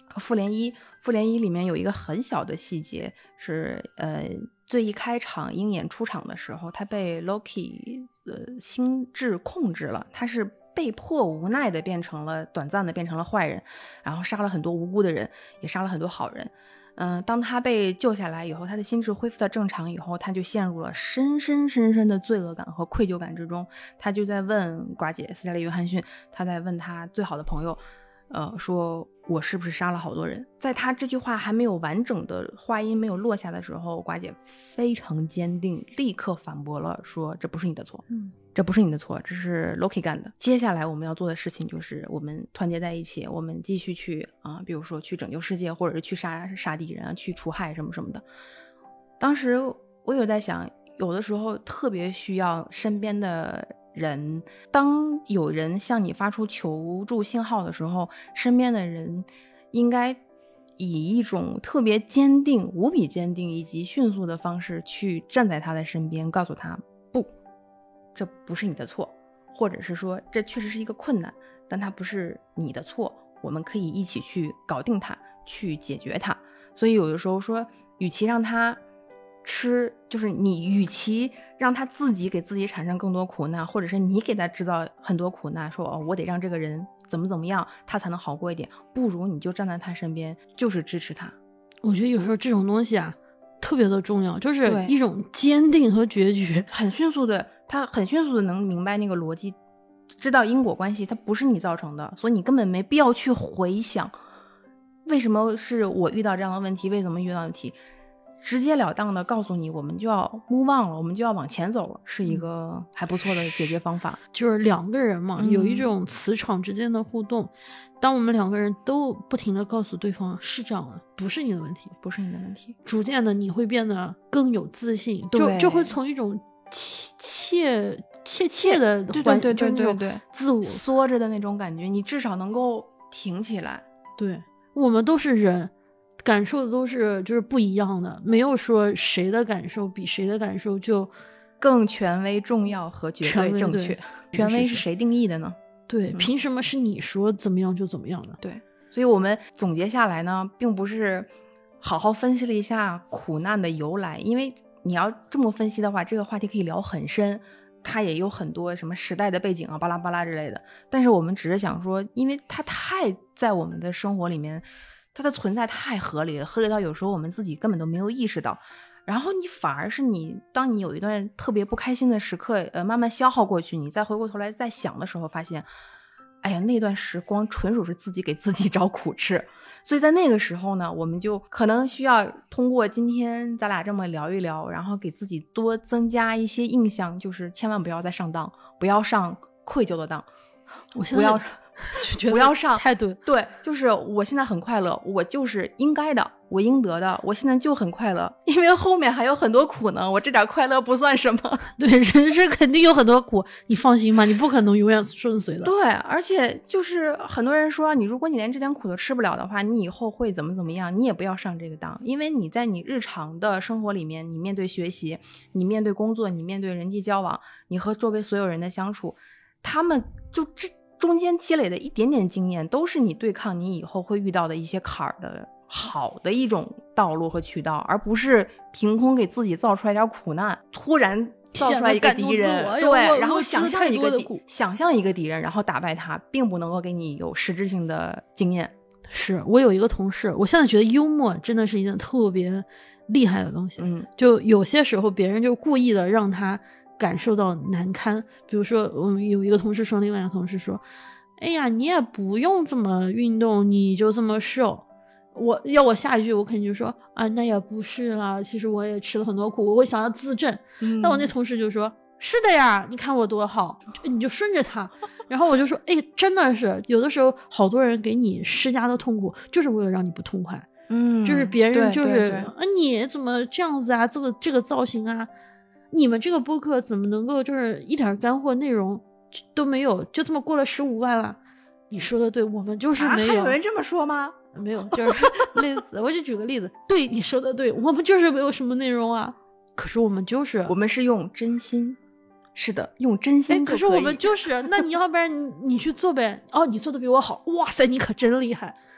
复联一，复联一里面有一个很小的细节是，呃，最一开场鹰眼出场的时候，他被 Loki 呃心智控制了，他是被迫无奈的变成了短暂的变成了坏人，然后杀了很多无辜的人，也杀了很多好人。嗯、呃，当他被救下来以后，他的心智恢复到正常以后，他就陷入了深深深深的罪恶感和愧疚感之中。他就在问寡姐斯嘉丽·约翰逊，他在问他最好的朋友，呃，说我是不是杀了好多人？在他这句话还没有完整的话音没有落下的时候，寡姐非常坚定，立刻反驳了，说这不是你的错， 嗯， 这不是你的错，这是 Loki 干的。接下来我们要做的事情就是我们团结在一起，我们继续去啊，比如说去拯救世界，或者是去杀杀敌人啊，去除害什么什么的。当时我有在想，有的时候特别需要身边的人，当有人向你发出求助信号的时候，身边的人应该以一种特别坚定、无比坚定以及迅速的方式去站在他的身边，告诉他不，这不是你的错，或者是说这确实是一个困难，但它不是你的错，我们可以一起去搞定它，去解决它。所以有的时候说，与其让他吃，就是你与其让他自己给自己产生更多苦难，或者是你给他制造很多苦难，说哦，我得让这个人怎么怎么样他才能好过一点，不如你就站在他身边，就是支持他。 我觉得有时候这种东西啊特别的重要，就是一种坚定和决绝， 很迅速的，他很迅速的能明白那个逻辑，知道因果关系它不是你造成的，所以你根本没必要去回想为什么是我遇到这样的问题，为什么遇到问题，直截了当的告诉你，我们就要 move on 了，我们就要往前走了，是一个还不错的解决方法。 就是两个人嘛、嗯、有一种磁场之间的互动，当我们两个人都不停的告诉对方是这样的，不是你的问题， 不是你的问题， 逐渐的你会变得更有自信，就就会从一种切切切的对对对对对对自我缩着的那种感觉，你至少能够挺起来。 对，我们都是人，感受的都是就是不一样的，没有说谁的感受比谁的感受就更权威、重要和绝对正确。权威是谁定义的呢？ 对、嗯，凭什么是你说怎么样就怎么样的？ 对，所以我们总结下来呢，并不是好好分析了一下苦难的由来，因为你要这么分析的话，这个话题可以聊很深，它也有很多什么时代的背景啊，巴拉巴拉之类的。但是我们只是想说，因为它太在我们的生活里面，它的存在太合理了，合理到有时候我们自己根本都没有意识到。然后你反而是你，当你有一段特别不开心的时刻，呃，慢慢消耗过去，你再回过头来再想的时候，发现，哎呀，那段时光纯属是自己给自己找苦吃。所以在那个时候呢，我们就可能需要通过今天咱俩这么聊一聊，然后给自己多增加一些印象，就是千万不要再上当，不要上愧疚的当， 我现在不要不要上太对对，就是我现在很快乐，我就是应该的，我应得的，我现在就很快乐，因为后面还有很多苦呢，我这点快乐不算什么。 对，人生肯定有很多苦，你放心吧，你不可能永远顺遂的。 对，而且就是很多人说，你如果你连这点苦都吃不了的话，你以后会怎么怎么样，你也不要上这个当，因为你在你日常的生活里面，你面对学习，你面对工作，你面对人际交往，你和周围所有人的相处，他们就这中间积累的一点点经验，都是你对抗你以后会遇到的一些坎儿的好的一种道路和渠道，而不是凭空给自己造出来点苦难，突然造出来一个敌人，对，然后想象一个敌想象一个敌人，然后打败他，并不能够给你有实质性的经验。 是我有一个同事，我现在觉得幽默真的是一件特别厉害的东西。 嗯， 就有些时候别人就故意的让他感受到难堪，比如说我们有一个同事说另外一个同事说，哎呀，你也不用这么运动，你就这么瘦。我要我下一句我肯定就说啊，那也不是啦，其实我也吃了很多苦，我想要自证。 嗯， 那我那同事就说是的呀，你看我多好，你就顺着他。然后我就说哎，真的是有的时候好多人给你施加的痛苦就是为了让你不痛快。 嗯， 就是别人就是啊， 你怎么这样子啊，这个这个造型啊，你们这个播客怎么能够就是一点干货内容都没有，就这么过了十五万了。你说的对，我们就是没有。 啊，还有人这么说吗？ 没有，就是类似我就举个例子，对，你说的对，我们就是没有什么内容啊，可是我们就是我们是用真心，是的，用真心可以。可是我们就是那你要不然你你去做呗。哦，你做的比我好，哇塞，你可真厉害。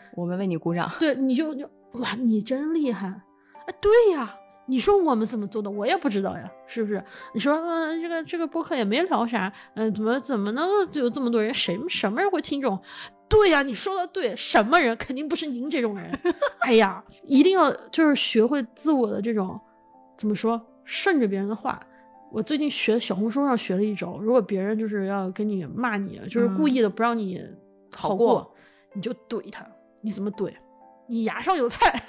我们为你鼓掌。 对，你就就哇，你真厉害！哎，对呀，你说我们怎么做的，我也不知道呀，是不是？你说，嗯、呃，这个这个播客也没聊啥，嗯、呃，怎么怎么能有这么多人？谁什么人会听这种？对呀，你说的对，什么人？肯定不是您这种人。哎呀，一定要就是学会自我的这种怎么说，顺着别人的话。我最近学小红书上学了一招，如果别人就是要跟你骂你，就是故意的不让你好过， 好过你就怼他。你怎么怼？你牙上有菜。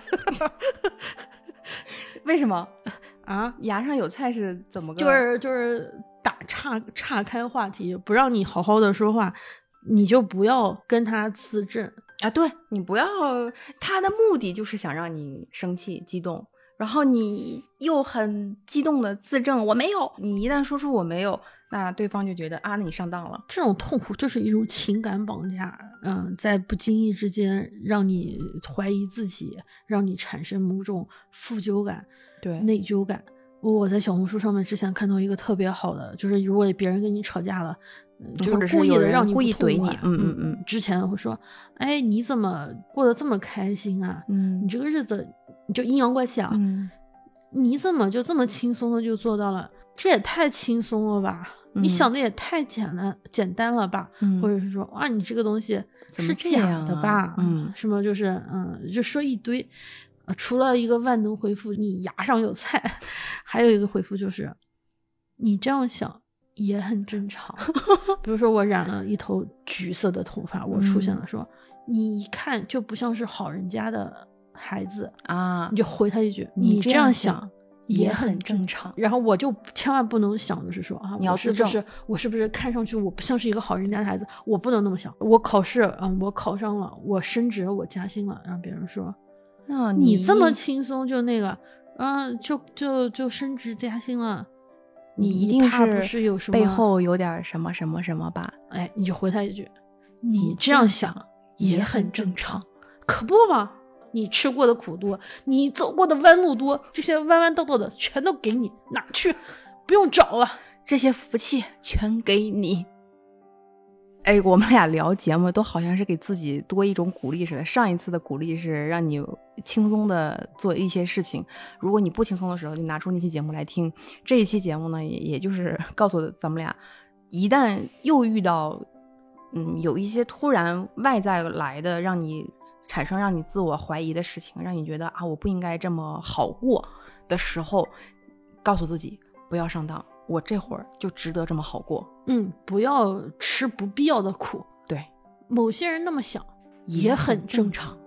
为什么啊？ 牙上有菜是怎么个？ 就是就是打岔岔开话题，不让你好好的说话，你就不要跟他自证啊。对，你不要，他的目的就是想让你生气激动，然后你又很激动的自证我没有，你一旦说出我没有，那对方就觉得啊，那你上当了。 这种痛苦就是一种情感绑架，嗯，在不经意之间让你怀疑自己，让你产生某种负疚感、 对内疚感。我在小红书上面之前看到一个特别好的，就是如果别人跟你吵架了，就是故意的让你故意怼你，嗯嗯嗯，之前会说，哎，你怎么过得这么开心啊？ 嗯， 你这个日子你就阴阳怪气啊？ 嗯， 你怎么就这么轻松的就做到了？这也太轻松了吧！ 嗯、 你想的也太简单简单了吧？ 嗯、 或者是说，哇，你这个东西是这假的吧？ 啊、嗯， 什么就是嗯，就说一堆。呃，除了一个万能回复，你牙上有菜，还有一个回复就是，你这样想也很正常。比如说我染了一头橘色的头发，我出现了说，嗯、你一看就不像是好人家的孩子啊， 你就回他一句， 你这样想也很正常。 然后我就千万不能想的是说啊， 你要是不是我是不是看上去我不像是一个好人家的孩子？我不能那么想。我考试，嗯，我考上了，我升职了，我加薪了，让别人说。 啊、 你这么轻松就那个，嗯，就就就升职加薪了， 你一定怕不是有什么背后有点什么什么什么吧？ 哎，你就回他一句，你这样想也很正常，可不嘛？你吃过的苦多，你走过的弯路多，这些弯弯道道的全都给你，拿去，不用找了， 这些福气全给你。哎，我们俩聊节目都好像是给自己多一种鼓励似的。上一次的鼓励是让你轻松的做一些事情，如果你不轻松的时候，就拿出那期节目来听。这一期节目呢，也也就是告诉咱们俩，一旦又遇到嗯有一些突然外在来的让你产生让你自我怀疑的事情，让你觉得啊我不应该这么好过的时候，告诉自己不要上当，我这会儿就值得这么好过。 嗯，不要吃不必要的苦。 对， 某些人那么想也很正常。